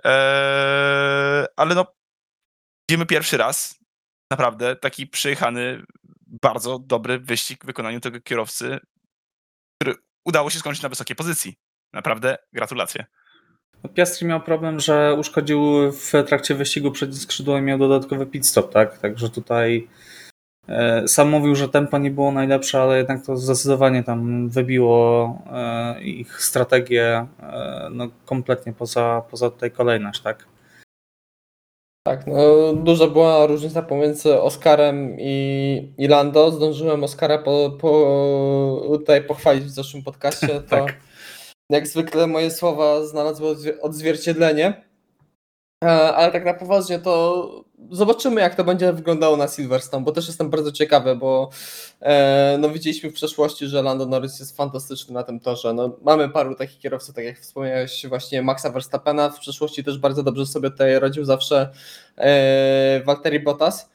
ale widzimy pierwszy raz naprawdę taki przejechany, bardzo dobry wyścig w wykonaniu tego kierowcy, który udało się skończyć na wysokiej pozycji. Naprawdę gratulacje. Piastri miał problem, że uszkodził w trakcie wyścigu przednie skrzydło i miał dodatkowy pit stop, tak? Także tutaj sam mówił, że tempo nie było najlepsze, ale jednak to zdecydowanie tam wybiło ich strategię kompletnie poza tutaj kolejność, tak? Tak, duża była różnica pomiędzy Oskarem i Lando. Zdążyłem Oskara tutaj pochwalić w zeszłym podcaście. To tak. Jak zwykle moje słowa znalazły odzwierciedlenie. Ale tak na poważnie to zobaczymy, jak to będzie wyglądało na Silverstone, bo też jestem bardzo ciekawy, bo widzieliśmy w przeszłości, że Lando Norris jest fantastyczny na tym torze. Mamy paru takich kierowców, tak jak wspomniałeś, właśnie Maxa Verstappena, w przeszłości też bardzo dobrze sobie tutaj radził zawsze Valtteri Bottas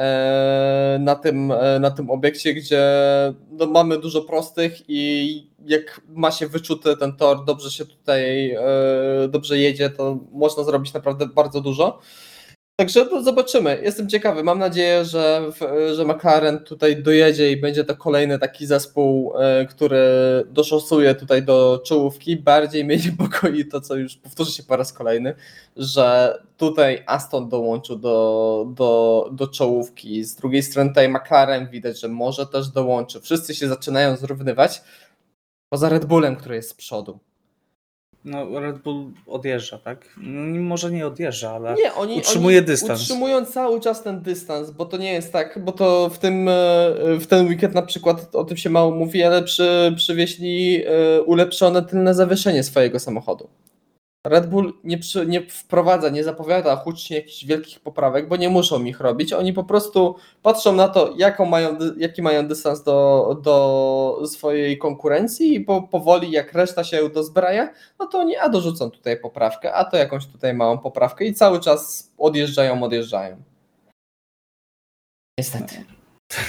na tym obiekcie, gdzie mamy dużo prostych i jak ma się wyczuty ten tor, dobrze się tutaj dobrze jedzie, to można zrobić naprawdę bardzo dużo. Także zobaczymy. Jestem ciekawy. Mam nadzieję, że McLaren tutaj dojedzie i będzie to kolejny taki zespół, który doszosuje tutaj do czołówki. Bardziej mnie niepokoi to, co już powtórzy się po raz kolejny, że tutaj Aston dołączył do czołówki. Z drugiej strony tutaj McLaren widać, że może też dołączy. Wszyscy się zaczynają zrównywać poza Red Bullem, który jest z przodu. Red Bull odjeżdża, tak? Może nie odjeżdża, ale oni utrzymuje dystans. Utrzymują cały czas ten dystans, bo to nie jest tak, bo to w ten weekend na przykład o tym się mało mówi, ale przywieźli ulepszone tylne zawieszenie swojego samochodu. Red Bull nie wprowadza, nie zapowiada hucznie jakichś wielkich poprawek, bo nie muszą ich robić. Oni po prostu patrzą na to, jaki mają dystans do swojej konkurencji i powoli jak reszta się dozbraja, to oni dorzucą tutaj poprawkę, a to jakąś tutaj małą poprawkę i cały czas odjeżdżają. Niestety.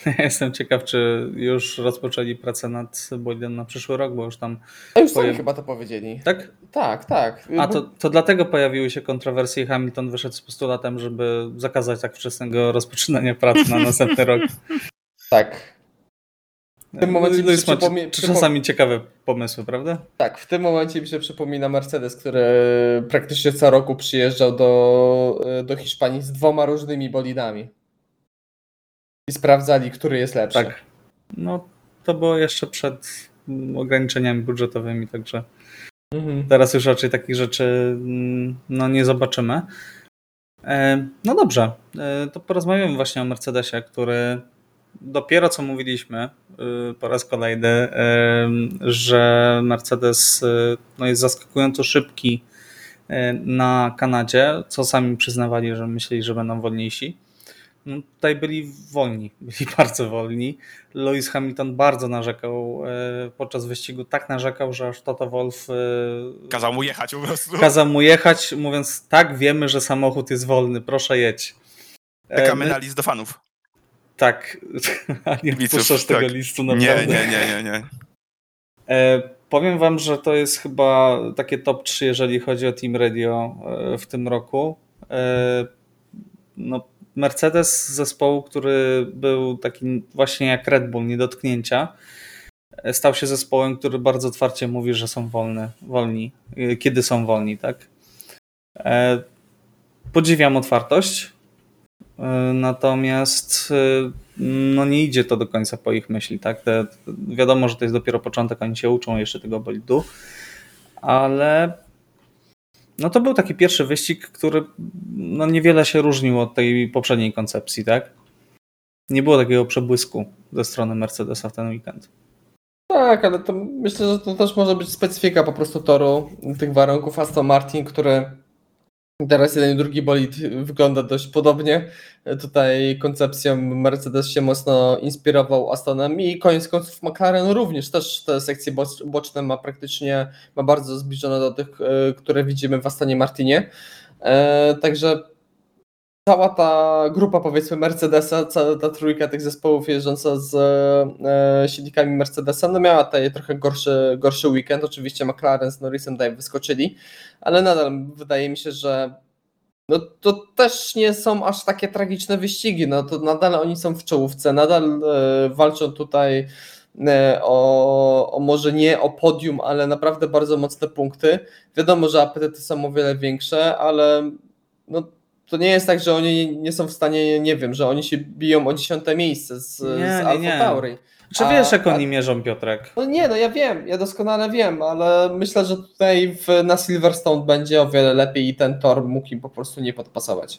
Ja jestem ciekaw, czy już rozpoczęli pracę nad bolidem na przyszły rok, bo już tam... A już sami chyba to powiedzieli. Tak? Tak. A to dlatego pojawiły się kontrowersje i Hamilton wyszedł z postulatem, żeby zakazać tak wczesnego rozpoczynania pracy na następny rok. Tak. W tym momencie mi się czasami ciekawe pomysły, prawda? Tak, w tym momencie mi się przypomina Mercedes, który praktycznie co roku przyjeżdżał do Hiszpanii z 2 różnymi bolidami. I sprawdzali, który jest lepszy. Tak. No to było jeszcze przed ograniczeniami budżetowymi, także teraz już raczej takich rzeczy nie zobaczymy. No dobrze, to porozmawiamy właśnie o Mercedesie, który dopiero co mówiliśmy po raz kolejny, że Mercedes jest zaskakująco szybki na Kanadzie, co sami przyznawali, że myśleli, że będą wolniejsi. No, tutaj byli wolni, byli bardzo wolni. Lewis Hamilton bardzo narzekał podczas wyścigu, tak narzekał, że aż Toto Wolff kazał mu jechać po prostu. Kazał mu jechać, mówiąc tak, wiemy, że samochód jest wolny, proszę jedź. Czekamy na list do fanów. Tak, a nie wpuszczasz tego listu naprawdę. Nie. Powiem wam, że to jest chyba takie top 3, jeżeli chodzi o Team Radio w tym roku. No, Mercedes z zespołu, który był taki właśnie jak Red Bull, nie dotknięcia, stał się zespołem, który bardzo otwarcie mówi, że są wolni, kiedy są wolni, tak? Podziwiam otwartość, natomiast nie idzie to do końca po ich myśli, tak? Wiadomo, że to jest dopiero początek, oni się uczą jeszcze tego bolidu, ale to był taki pierwszy wyścig, który niewiele się różnił od tej poprzedniej koncepcji, tak? Nie było takiego przebłysku ze strony Mercedesa w ten weekend. Tak, ale to myślę, że to też może być specyfika po prostu toru, tych warunków Aston Martin, który teraz jeden i drugi bolid wygląda dość podobnie. Tutaj koncepcją Mercedes się mocno inspirował Astonem i koniec końców McLaren również też te sekcje boczne ma bardzo zbliżone do tych, które widzimy w Astonie Martinie. Także cała ta grupa, powiedzmy, Mercedesa, cała ta trójka tych zespołów jeżdżąca z silnikami Mercedesa, miała tutaj trochę gorszy weekend. Oczywiście McLaren z Norrisem tutaj wyskoczyli, ale nadal wydaje mi się, że to też nie są aż takie tragiczne wyścigi. To nadal oni są w czołówce, nadal walczą tutaj o może nie o podium, ale naprawdę bardzo mocne punkty. Wiadomo, że apetyty są o wiele większe, ale to nie jest tak, że oni nie są w stanie, nie wiem, że oni się biją o 10. miejsce z Alfa Tauri. Czy wiesz, jak oni mierzą, Piotrek? Ja wiem, ja doskonale wiem, ale myślę, że tutaj na Silverstone będzie o wiele lepiej i ten tor mógł im po prostu nie podpasować.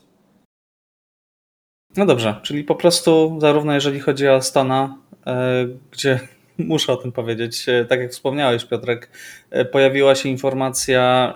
No dobrze, czyli po prostu zarówno jeżeli chodzi o Astona, gdzie muszę o tym powiedzieć, tak jak wspomniałeś, Piotrek, pojawiła się informacja,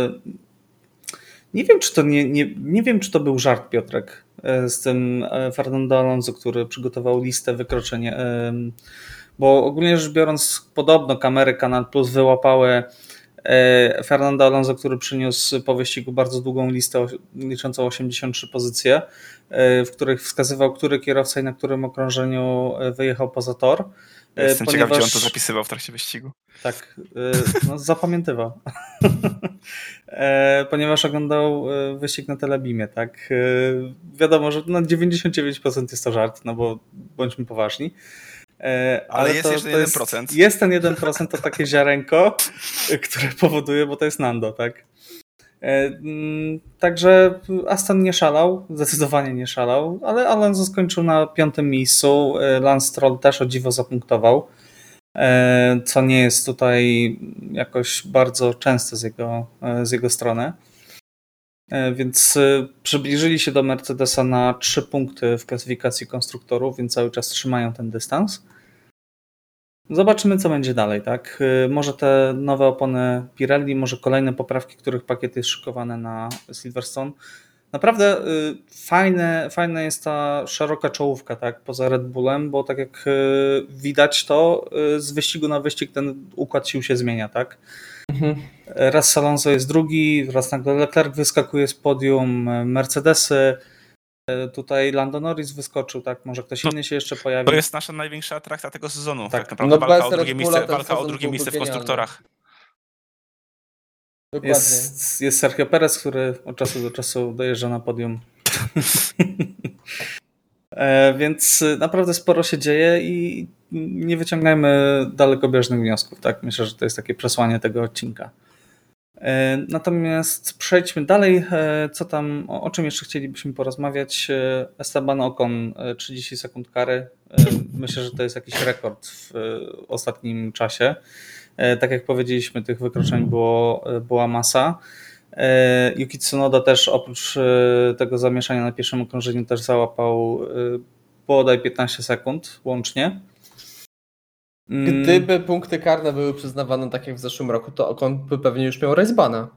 nie wiem, czy to był żart, Piotrek, z tym Fernando Alonso, który przygotował listę wykroczeń, bo ogólnie rzecz biorąc, podobno kamery Canal Plus wyłapały Fernando Alonso, który przyniósł po wyścigu bardzo długą listę liczącą 83 pozycje, w których wskazywał, który kierowca i na którym okrążeniu wyjechał poza tor. Jestem ciekaw, gdzie on to zapisywał w trakcie wyścigu. Tak, zapamiętywał. Ponieważ oglądał wyścig na Telebimie, tak? Wiadomo, że 99% jest to żart, bo bądźmy poważni. Ale jest jeszcze 1%. Jest ten 1%, to takie ziarenko, które powoduje, bo to jest Nando, tak? Także Aston nie szalał, zdecydowanie nie szalał, ale Alonso skończył na 5. miejscu. Lance Stroll też o dziwo zapunktował, co nie jest tutaj jakoś bardzo częste z jego strony. Więc przybliżyli się do Mercedesa na 3 punkty w klasyfikacji konstruktorów, więc cały czas trzymają ten dystans. Zobaczymy, co będzie dalej, tak? Może te nowe opony Pirelli, może kolejne poprawki, których pakiet jest szykowany na Silverstone. Naprawdę fajna jest ta szeroka czołówka, tak? Poza Red Bullem, bo tak jak widać to, z wyścigu na wyścig ten układ sił się zmienia, tak? Raz Alonso jest drugi, raz nagle Leclerc wyskakuje z podium, Mercedesy. Tutaj Lando Norris wyskoczył, tak? Może ktoś inny się jeszcze pojawi. To jest nasza największa atrakcja tego sezonu. Tak. Tak naprawdę No walka bez o drugie Red Bulla miejsce, ten walka o sezon drugie miejsce w byłby konstruktorach. Dokładnie. Jest Sergio Perez, który od czasu do czasu dojeżdża na podium. Więc naprawdę sporo się dzieje i nie wyciągajmy dalekobieżnych wniosków. Tak? Myślę, że to jest takie przesłanie tego odcinka. Natomiast przejdźmy dalej. Co tam, o czym jeszcze chcielibyśmy porozmawiać? Esteban Ocon, 30 sekund kary. Myślę, że to jest jakiś rekord w ostatnim czasie. Tak jak powiedzieliśmy, tych wykroczeń była masa. Yuki Tsunoda też oprócz tego zamieszania na pierwszym okrążeniu też załapał bodaj 15 sekund łącznie. Gdyby punkty karne były przyznawane tak jak w zeszłym roku, to Ocon by pewnie już miał racebana.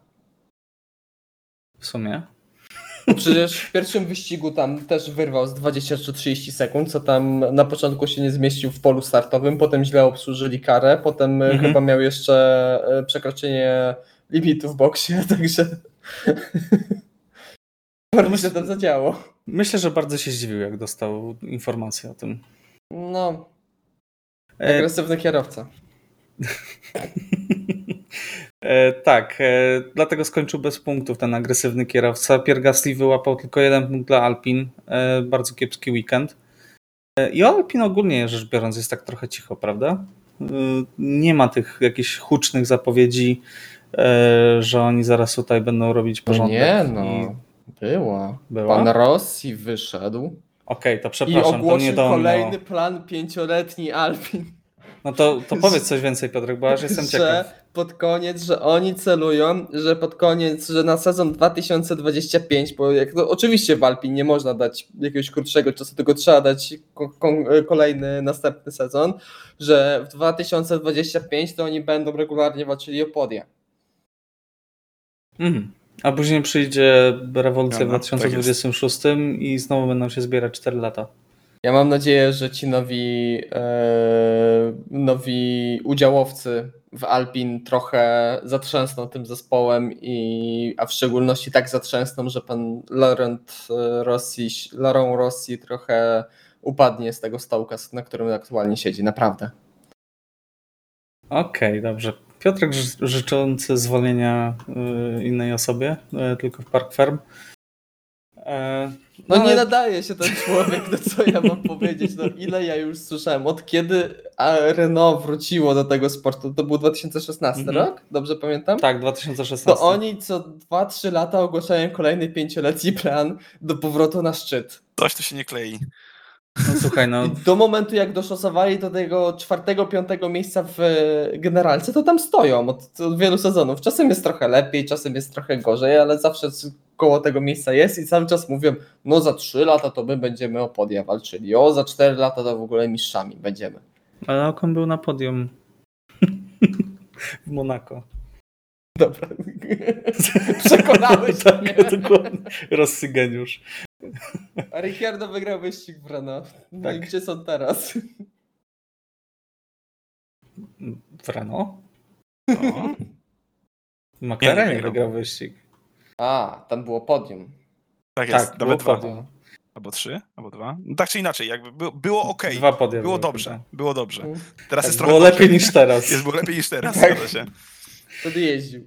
W sumie. Przecież w pierwszym wyścigu tam też wyrwał z 20 czy 30 sekund, co tam na początku się nie zmieścił w polu startowym, potem źle obsłużyli karę, potem chyba miał jeszcze przekroczenie limitu w boksie, także bardzo się tam zadziało. Myślę, że bardzo się zdziwił, jak dostał informację o tym. No, agresywny kierowca. Tak, dlatego skończył bez punktów ten agresywny kierowca. Pierre Gasly wyłapał tylko 1 punkt dla Alpine. Bardzo kiepski weekend. I o Alpine ogólnie rzecz biorąc jest tak trochę cicho, prawda? Nie ma tych jakichś hucznych zapowiedzi, że oni zaraz tutaj będą robić porządek. Nie no, była. Pan Rossi wyszedł. Okej, to przepraszam. I ogłosił to nie kolejny plan 5-letni Alpine. No to powiedz coś więcej, Piotrek, bo aż jestem ciekaw. Pod koniec, że oni celują, że pod koniec, że na sezon 2025, bo jak to oczywiście w Alpine nie można dać jakiegoś krótszego czasu, tylko trzeba dać kolejny, następny sezon, że w 2025 to oni będą regularnie walczyli o podia. A później przyjdzie rewolucja w tak 2026 i znowu będą się zbierać 4 lata. Ja mam nadzieję, że ci nowi udziałowcy w Alpine trochę zatrzęsną tym zespołem, a w szczególności tak zatrzęsną, że pan Laurent Rossi trochę upadnie z tego stołka, na którym aktualnie siedzi, naprawdę. Okej, dobrze. Piotrek życzący zwolnienia innej osobie, tylko w Park Ferm. No nie nadaje się ten człowiek, no co ja mam powiedzieć, no ile ja już słyszałem, od kiedy Renault wróciło do tego sportu, to był 2016 rok, dobrze pamiętam? Tak, 2016. To oni co 2-3 lata ogłaszają kolejny 5-letni plan do powrotu na szczyt. Coś tu się nie klei. No słuchaj, no. I do momentu jak doszosowali do tego 4-5 miejsca w generalce, to tam stoją od wielu sezonów. Czasem jest trochę lepiej, czasem jest trochę gorzej, ale zawsze koło tego miejsca jest i cały czas mówią, no za 3 lata to my będziemy o podia walczyli, za 4 lata to w ogóle mistrzami będziemy. Ale Ocon był na podium w Monako. Dobra. Przekonałeś mnie. Dokładnie. Rossi geniusz. A Ricciardo wygrał wyścig w Renault. No tak. I gdzie są teraz? W Renault? No. W McLarenie wygrał wyścig. Tam było podium. Tak jest, tak, nawet 2. Podium. Albo 3, albo 2. No tak czy inaczej, jakby było okej. 2 podia. Było dobrze, było dobrze. Teraz jest było trochę lepiej niż teraz. Było lepiej niż teraz, tak. zgadza się. Wtedy jeździł.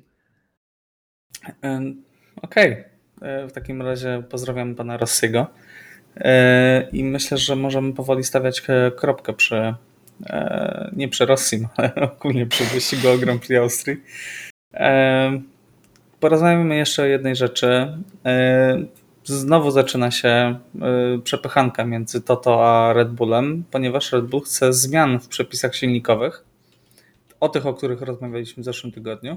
Okej. W takim razie pozdrawiam pana Rossiego. I myślę, że możemy powoli stawiać kropkę przy nie przy Rossim, ale ogólnie przy wyścigu o Grand Prix Austrii. Porozmawiamy jeszcze o jednej rzeczy. Znowu zaczyna się przepychanka między Toto a Red Bullem, ponieważ Red Bull chce zmian w przepisach silnikowych, o tych, o których rozmawialiśmy w zeszłym tygodniu,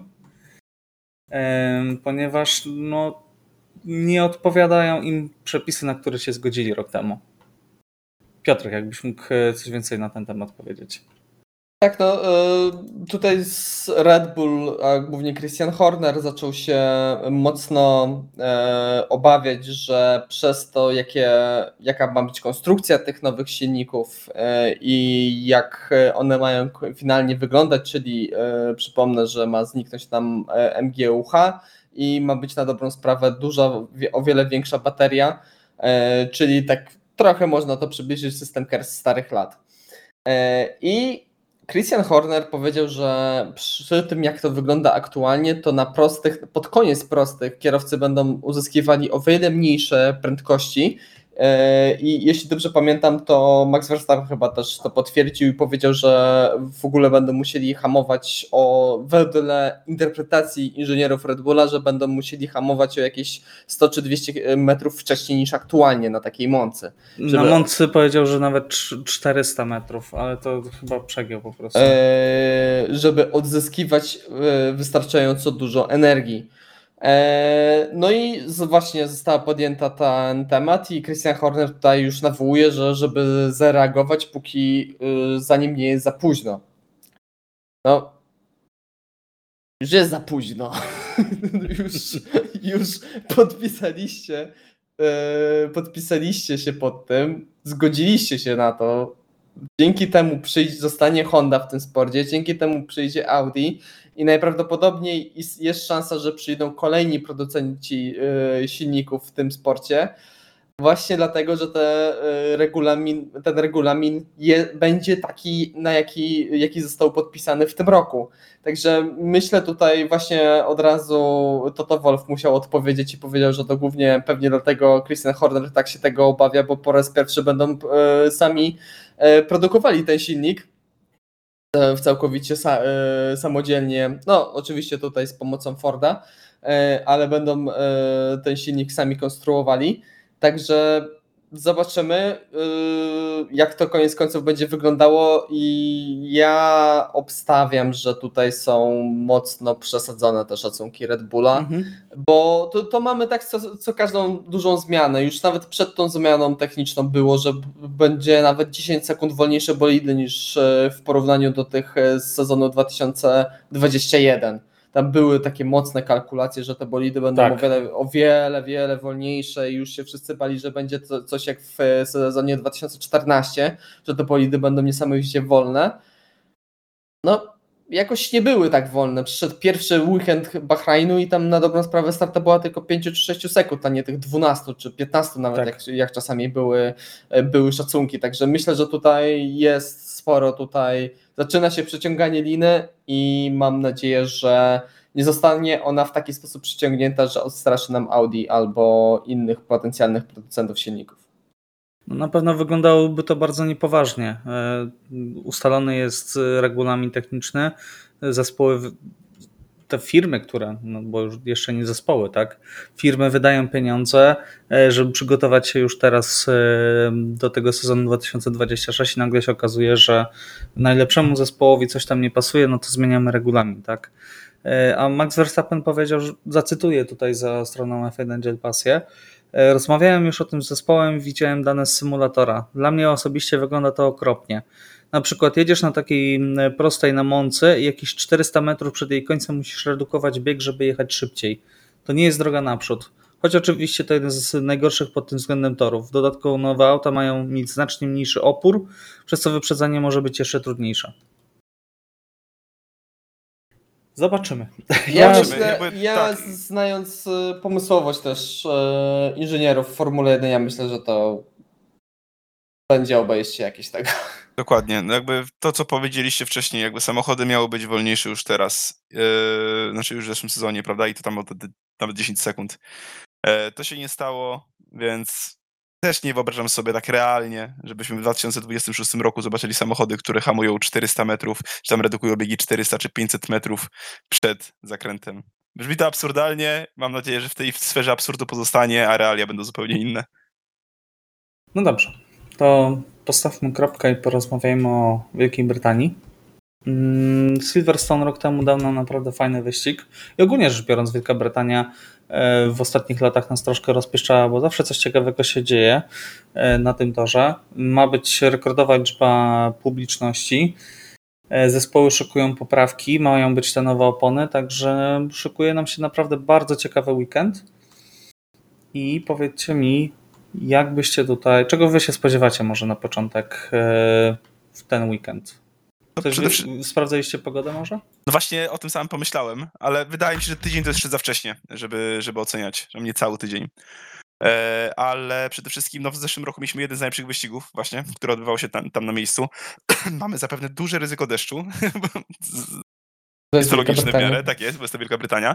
ponieważ nie odpowiadają im przepisy, na które się zgodzili rok temu. Piotrek, jakbyś mógł coś więcej na ten temat powiedzieć. Tak, tutaj z Red Bull, a głównie Christian Horner zaczął się mocno obawiać, że przez to, jaka ma być konstrukcja tych nowych silników i jak one mają finalnie wyglądać, czyli przypomnę, że ma zniknąć nam MGUH i ma być na dobrą sprawę o wiele większa bateria, czyli tak trochę można to przybliżyć system KERS starych lat. I Christian Horner powiedział, że przy tym jak to wygląda aktualnie, to na prostych, pod koniec prostych kierowcy będą uzyskiwali o wiele mniejsze prędkości. I jeśli dobrze pamiętam, to Max Verstappen chyba też to potwierdził i powiedział, że w ogóle będą musieli hamować wedle interpretacji inżynierów Red Bulla, że będą musieli hamować o jakieś 100 czy 200 metrów wcześniej niż aktualnie na takiej Moncy. Na Moncy powiedział, że nawet 400 metrów, ale to chyba przegiął po prostu. Żeby odzyskiwać wystarczająco dużo energii. No i właśnie została podjęta ten temat i Christian Horner tutaj już nawołuje, żeby zareagować, zanim nie jest za późno. No, już jest za późno. już podpisaliście się pod tym, zgodziliście się na to. Dzięki temu zostanie Honda w tym sporcie, dzięki temu przyjdzie Audi i najprawdopodobniej jest szansa, że przyjdą kolejni producenci silników w tym sporcie. Właśnie dlatego, że ten regulamin będzie taki, na jaki został podpisany w tym roku. Także myślę tutaj właśnie od razu Toto Wolff musiał odpowiedzieć i powiedział, że to głównie pewnie dlatego Christian Horner tak się tego obawia, bo po raz pierwszy będą sami produkowali ten silnik całkowicie samodzielnie, no oczywiście tutaj z pomocą Forda, ale będą ten silnik sami konstruowali. Także zobaczymy, jak to koniec końców będzie wyglądało i ja obstawiam, że tutaj są mocno przesadzone te szacunki Red Bulla, bo to mamy tak co każdą dużą zmianę. Już nawet przed tą zmianą techniczną było, że będzie nawet 10 sekund wolniejsze bolidy niż w porównaniu do tych z sezonu 2021. Tam były takie mocne kalkulacje, że te bolidy będą o wiele wolniejsze i już się wszyscy bali, że będzie to coś jak w sezonie 2014, że te bolidy będą niesamowicie wolne. No, jakoś nie były tak wolne. Przyszedł pierwszy weekend Bahrajnu i tam na dobrą sprawę starta była tylko 5 czy 6 sekund, a nie tych 12 czy 15 nawet, jak czasami były szacunki. Także myślę, że tutaj jest sporo, zaczyna się przeciąganie liny i mam nadzieję, że nie zostanie ona w taki sposób przyciągnięta, że odstraszy nam Audi albo innych potencjalnych producentów silników. No na pewno wyglądałoby to bardzo niepoważnie. Ustalony jest regulamin techniczny, zespoły, te firmy, które, no bo już jeszcze nie zespoły, tak? Firmy wydają pieniądze, żeby przygotować się już teraz do tego sezonu 2026 i nagle się okazuje, że najlepszemu zespołowi coś tam nie pasuje, no to zmieniamy regulamin, tak? A Max Verstappen powiedział, że zacytuję tutaj za stroną F1 Gel Passie: rozmawiałem już o tym z zespołem, widziałem dane z symulatora. Dla mnie osobiście wygląda to okropnie. Na przykład jedziesz na takiej prostej na Moncy i jakieś 400 metrów przed jej końcem musisz redukować bieg, żeby jechać szybciej. To nie jest droga naprzód. Choć oczywiście to jeden z najgorszych pod tym względem torów. Dodatkowo nowe auta mają mieć znacznie mniejszy opór, przez co wyprzedzanie może być jeszcze trudniejsze. Zobaczymy. Znając pomysłowość też inżynierów Formuły 1, ja myślę, że to będzie obejście jakieś tego. Dokładnie. No jakby to, co powiedzieliście wcześniej, jakby samochody miały być wolniejsze już teraz, znaczy już w zeszłym sezonie, prawda? I to tam nawet 10 sekund. To się nie stało, więc też nie wyobrażam sobie tak realnie, żebyśmy w 2026 roku zobaczyli samochody, które hamują 400 metrów, czy tam redukują biegi 400 czy 500 metrów przed zakrętem. Brzmi to absurdalnie, mam nadzieję, że w tej sferze absurdu pozostanie, a realia będą zupełnie inne. No dobrze, to postawmy kropkę i porozmawiajmy o Wielkiej Brytanii. Silverstone rok temu dał nam naprawdę fajny wyścig i ogólnie rzecz biorąc Wielka Brytania w ostatnich latach nas troszkę rozpieszczała, bo zawsze coś ciekawego się dzieje na tym torze. Ma być rekordowa liczba publiczności, zespoły szykują poprawki, mają być te nowe opony, także szykuje nam się naprawdę bardzo ciekawy weekend. I powiedzcie mi, jak byście tutaj, czego wy się spodziewacie może na początek w ten weekend? Sprawdzaliście pogodę może? No właśnie o tym samym pomyślałem, ale wydaje mi się, że tydzień to jest jeszcze za wcześnie, żeby oceniać, że mnie cały tydzień. Ale przede wszystkim w zeszłym roku mieliśmy jeden z najlepszych wyścigów właśnie, który odbywał się tam na miejscu. Mamy zapewne duże ryzyko deszczu. Jest to logiczne w miarę, tak jest, bo jest to Wielka Brytania.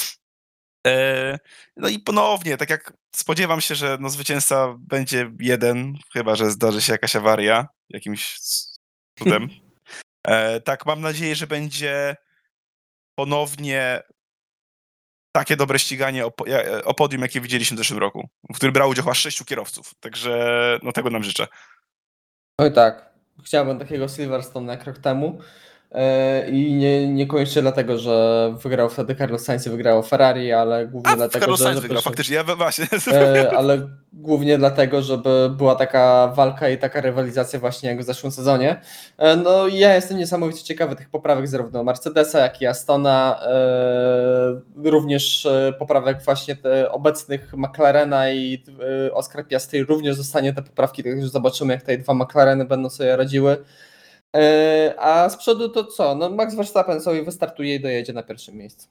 No i ponownie, tak jak spodziewam się, że zwycięzca będzie jeden, chyba że zdarzy się jakaś awaria jakimś cudem. Tak, mam nadzieję, że będzie ponownie takie dobre ściganie o podium, jakie widzieliśmy w zeszłym roku, w którym brało udział chyba 6 kierowców, także tego nam życzę. Oj tak, chciałbym takiego Silverstone jak rok temu i niekoniecznie dlatego, że wygrał wtedy Carlos Sainz i wygrało Ferrari, ale głównie dlatego, Carlos Sainz że wygrał, faktycznie, właśnie. ale głównie dlatego, żeby była taka walka i taka rywalizacja właśnie jak w zeszłym sezonie. No i ja jestem niesamowicie ciekawy tych poprawek zarówno Mercedesa, jak i Astona, również poprawek właśnie obecnych McLarena i Oscar Piastri również zostanie te poprawki, tak już zobaczymy jak te dwa McLareny będą sobie radziły. A z przodu to co? No Max Verstappen sobie wystartuje i dojedzie na pierwszym miejscu.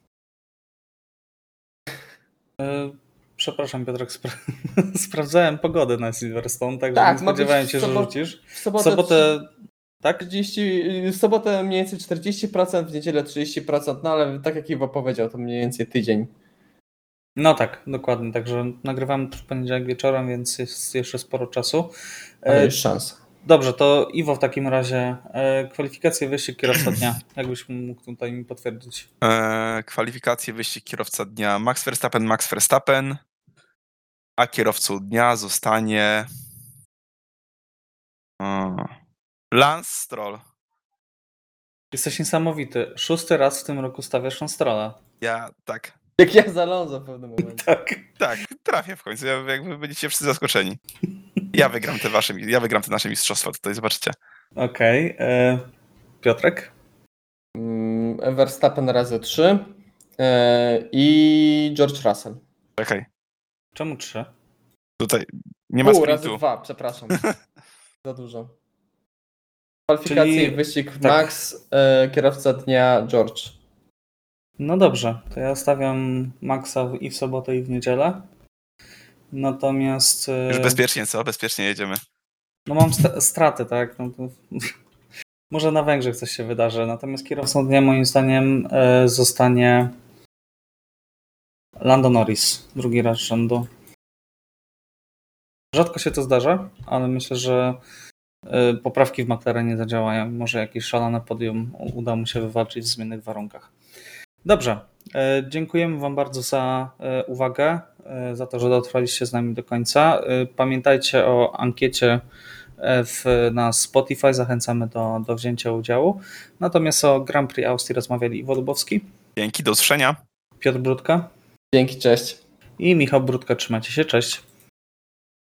Przepraszam, Piotrek, sprawdzałem pogodę na Silverstone, także Tak, nie spodziewałem się, że rzucisz. W sobotę tak? 40, w sobotę mniej więcej 40%, w niedzielę 30%, no ale tak jak Iwo powiedział, to mniej więcej tydzień. No tak, dokładnie, także nagrywamy w poniedziałek wieczorem, więc jest jeszcze sporo czasu. Ale jest szansa. Dobrze, to Iwo w takim razie kwalifikacje, wyścig, kierowca dnia. Jakbyś mógł tutaj mi potwierdzić? Kwalifikacje, wyścig, kierowca dnia Max Verstappen, a kierowcą dnia zostanie Lance Stroll. Jesteś niesamowity. 6. raz w tym roku stawiasz na Strolla. Tak. Jak ja za Alonso w pewnym momencie. Tak, trafię w końcu. Jakby będziecie wszyscy zaskoczeni. Ja wygram te nasze mistrzostwa, tutaj zobaczycie. Okej. Piotrek? Verstappen razy 3 i George Russell. Czekaj. Czemu 3? Tutaj nie ma sprintu. Razy 2, przepraszam. Za dużo. Kwalifikacje i wyścig tak. Max, kierowca dnia George. No dobrze, to ja stawiam Maxa i w sobotę, i w niedzielę. Natomiast... Już bezpiecznie, co? Bezpiecznie jedziemy. No mam straty, tak? No to... Może na Węgrzech coś się wydarzy. Natomiast kierowcą dnia moim zdaniem zostanie Lando Norris. Drugi raz z rzędu. Rzadko się to zdarza, ale myślę, że poprawki w McLarenie zadziałają. Może jakieś szalone podium uda mu się wywalczyć w zmiennych warunkach. Dobrze. Dziękujemy Wam bardzo za uwagę, za to, że dotrwaliście z nami do końca. Pamiętajcie o ankiecie na Spotify, zachęcamy do wzięcia udziału. Natomiast o Grand Prix Austrii rozmawiali Iwo Lubowski. Dzięki, do usłyszenia. Piotr Brudka. Dzięki, cześć. I Michał Brudka, trzymajcie się, cześć.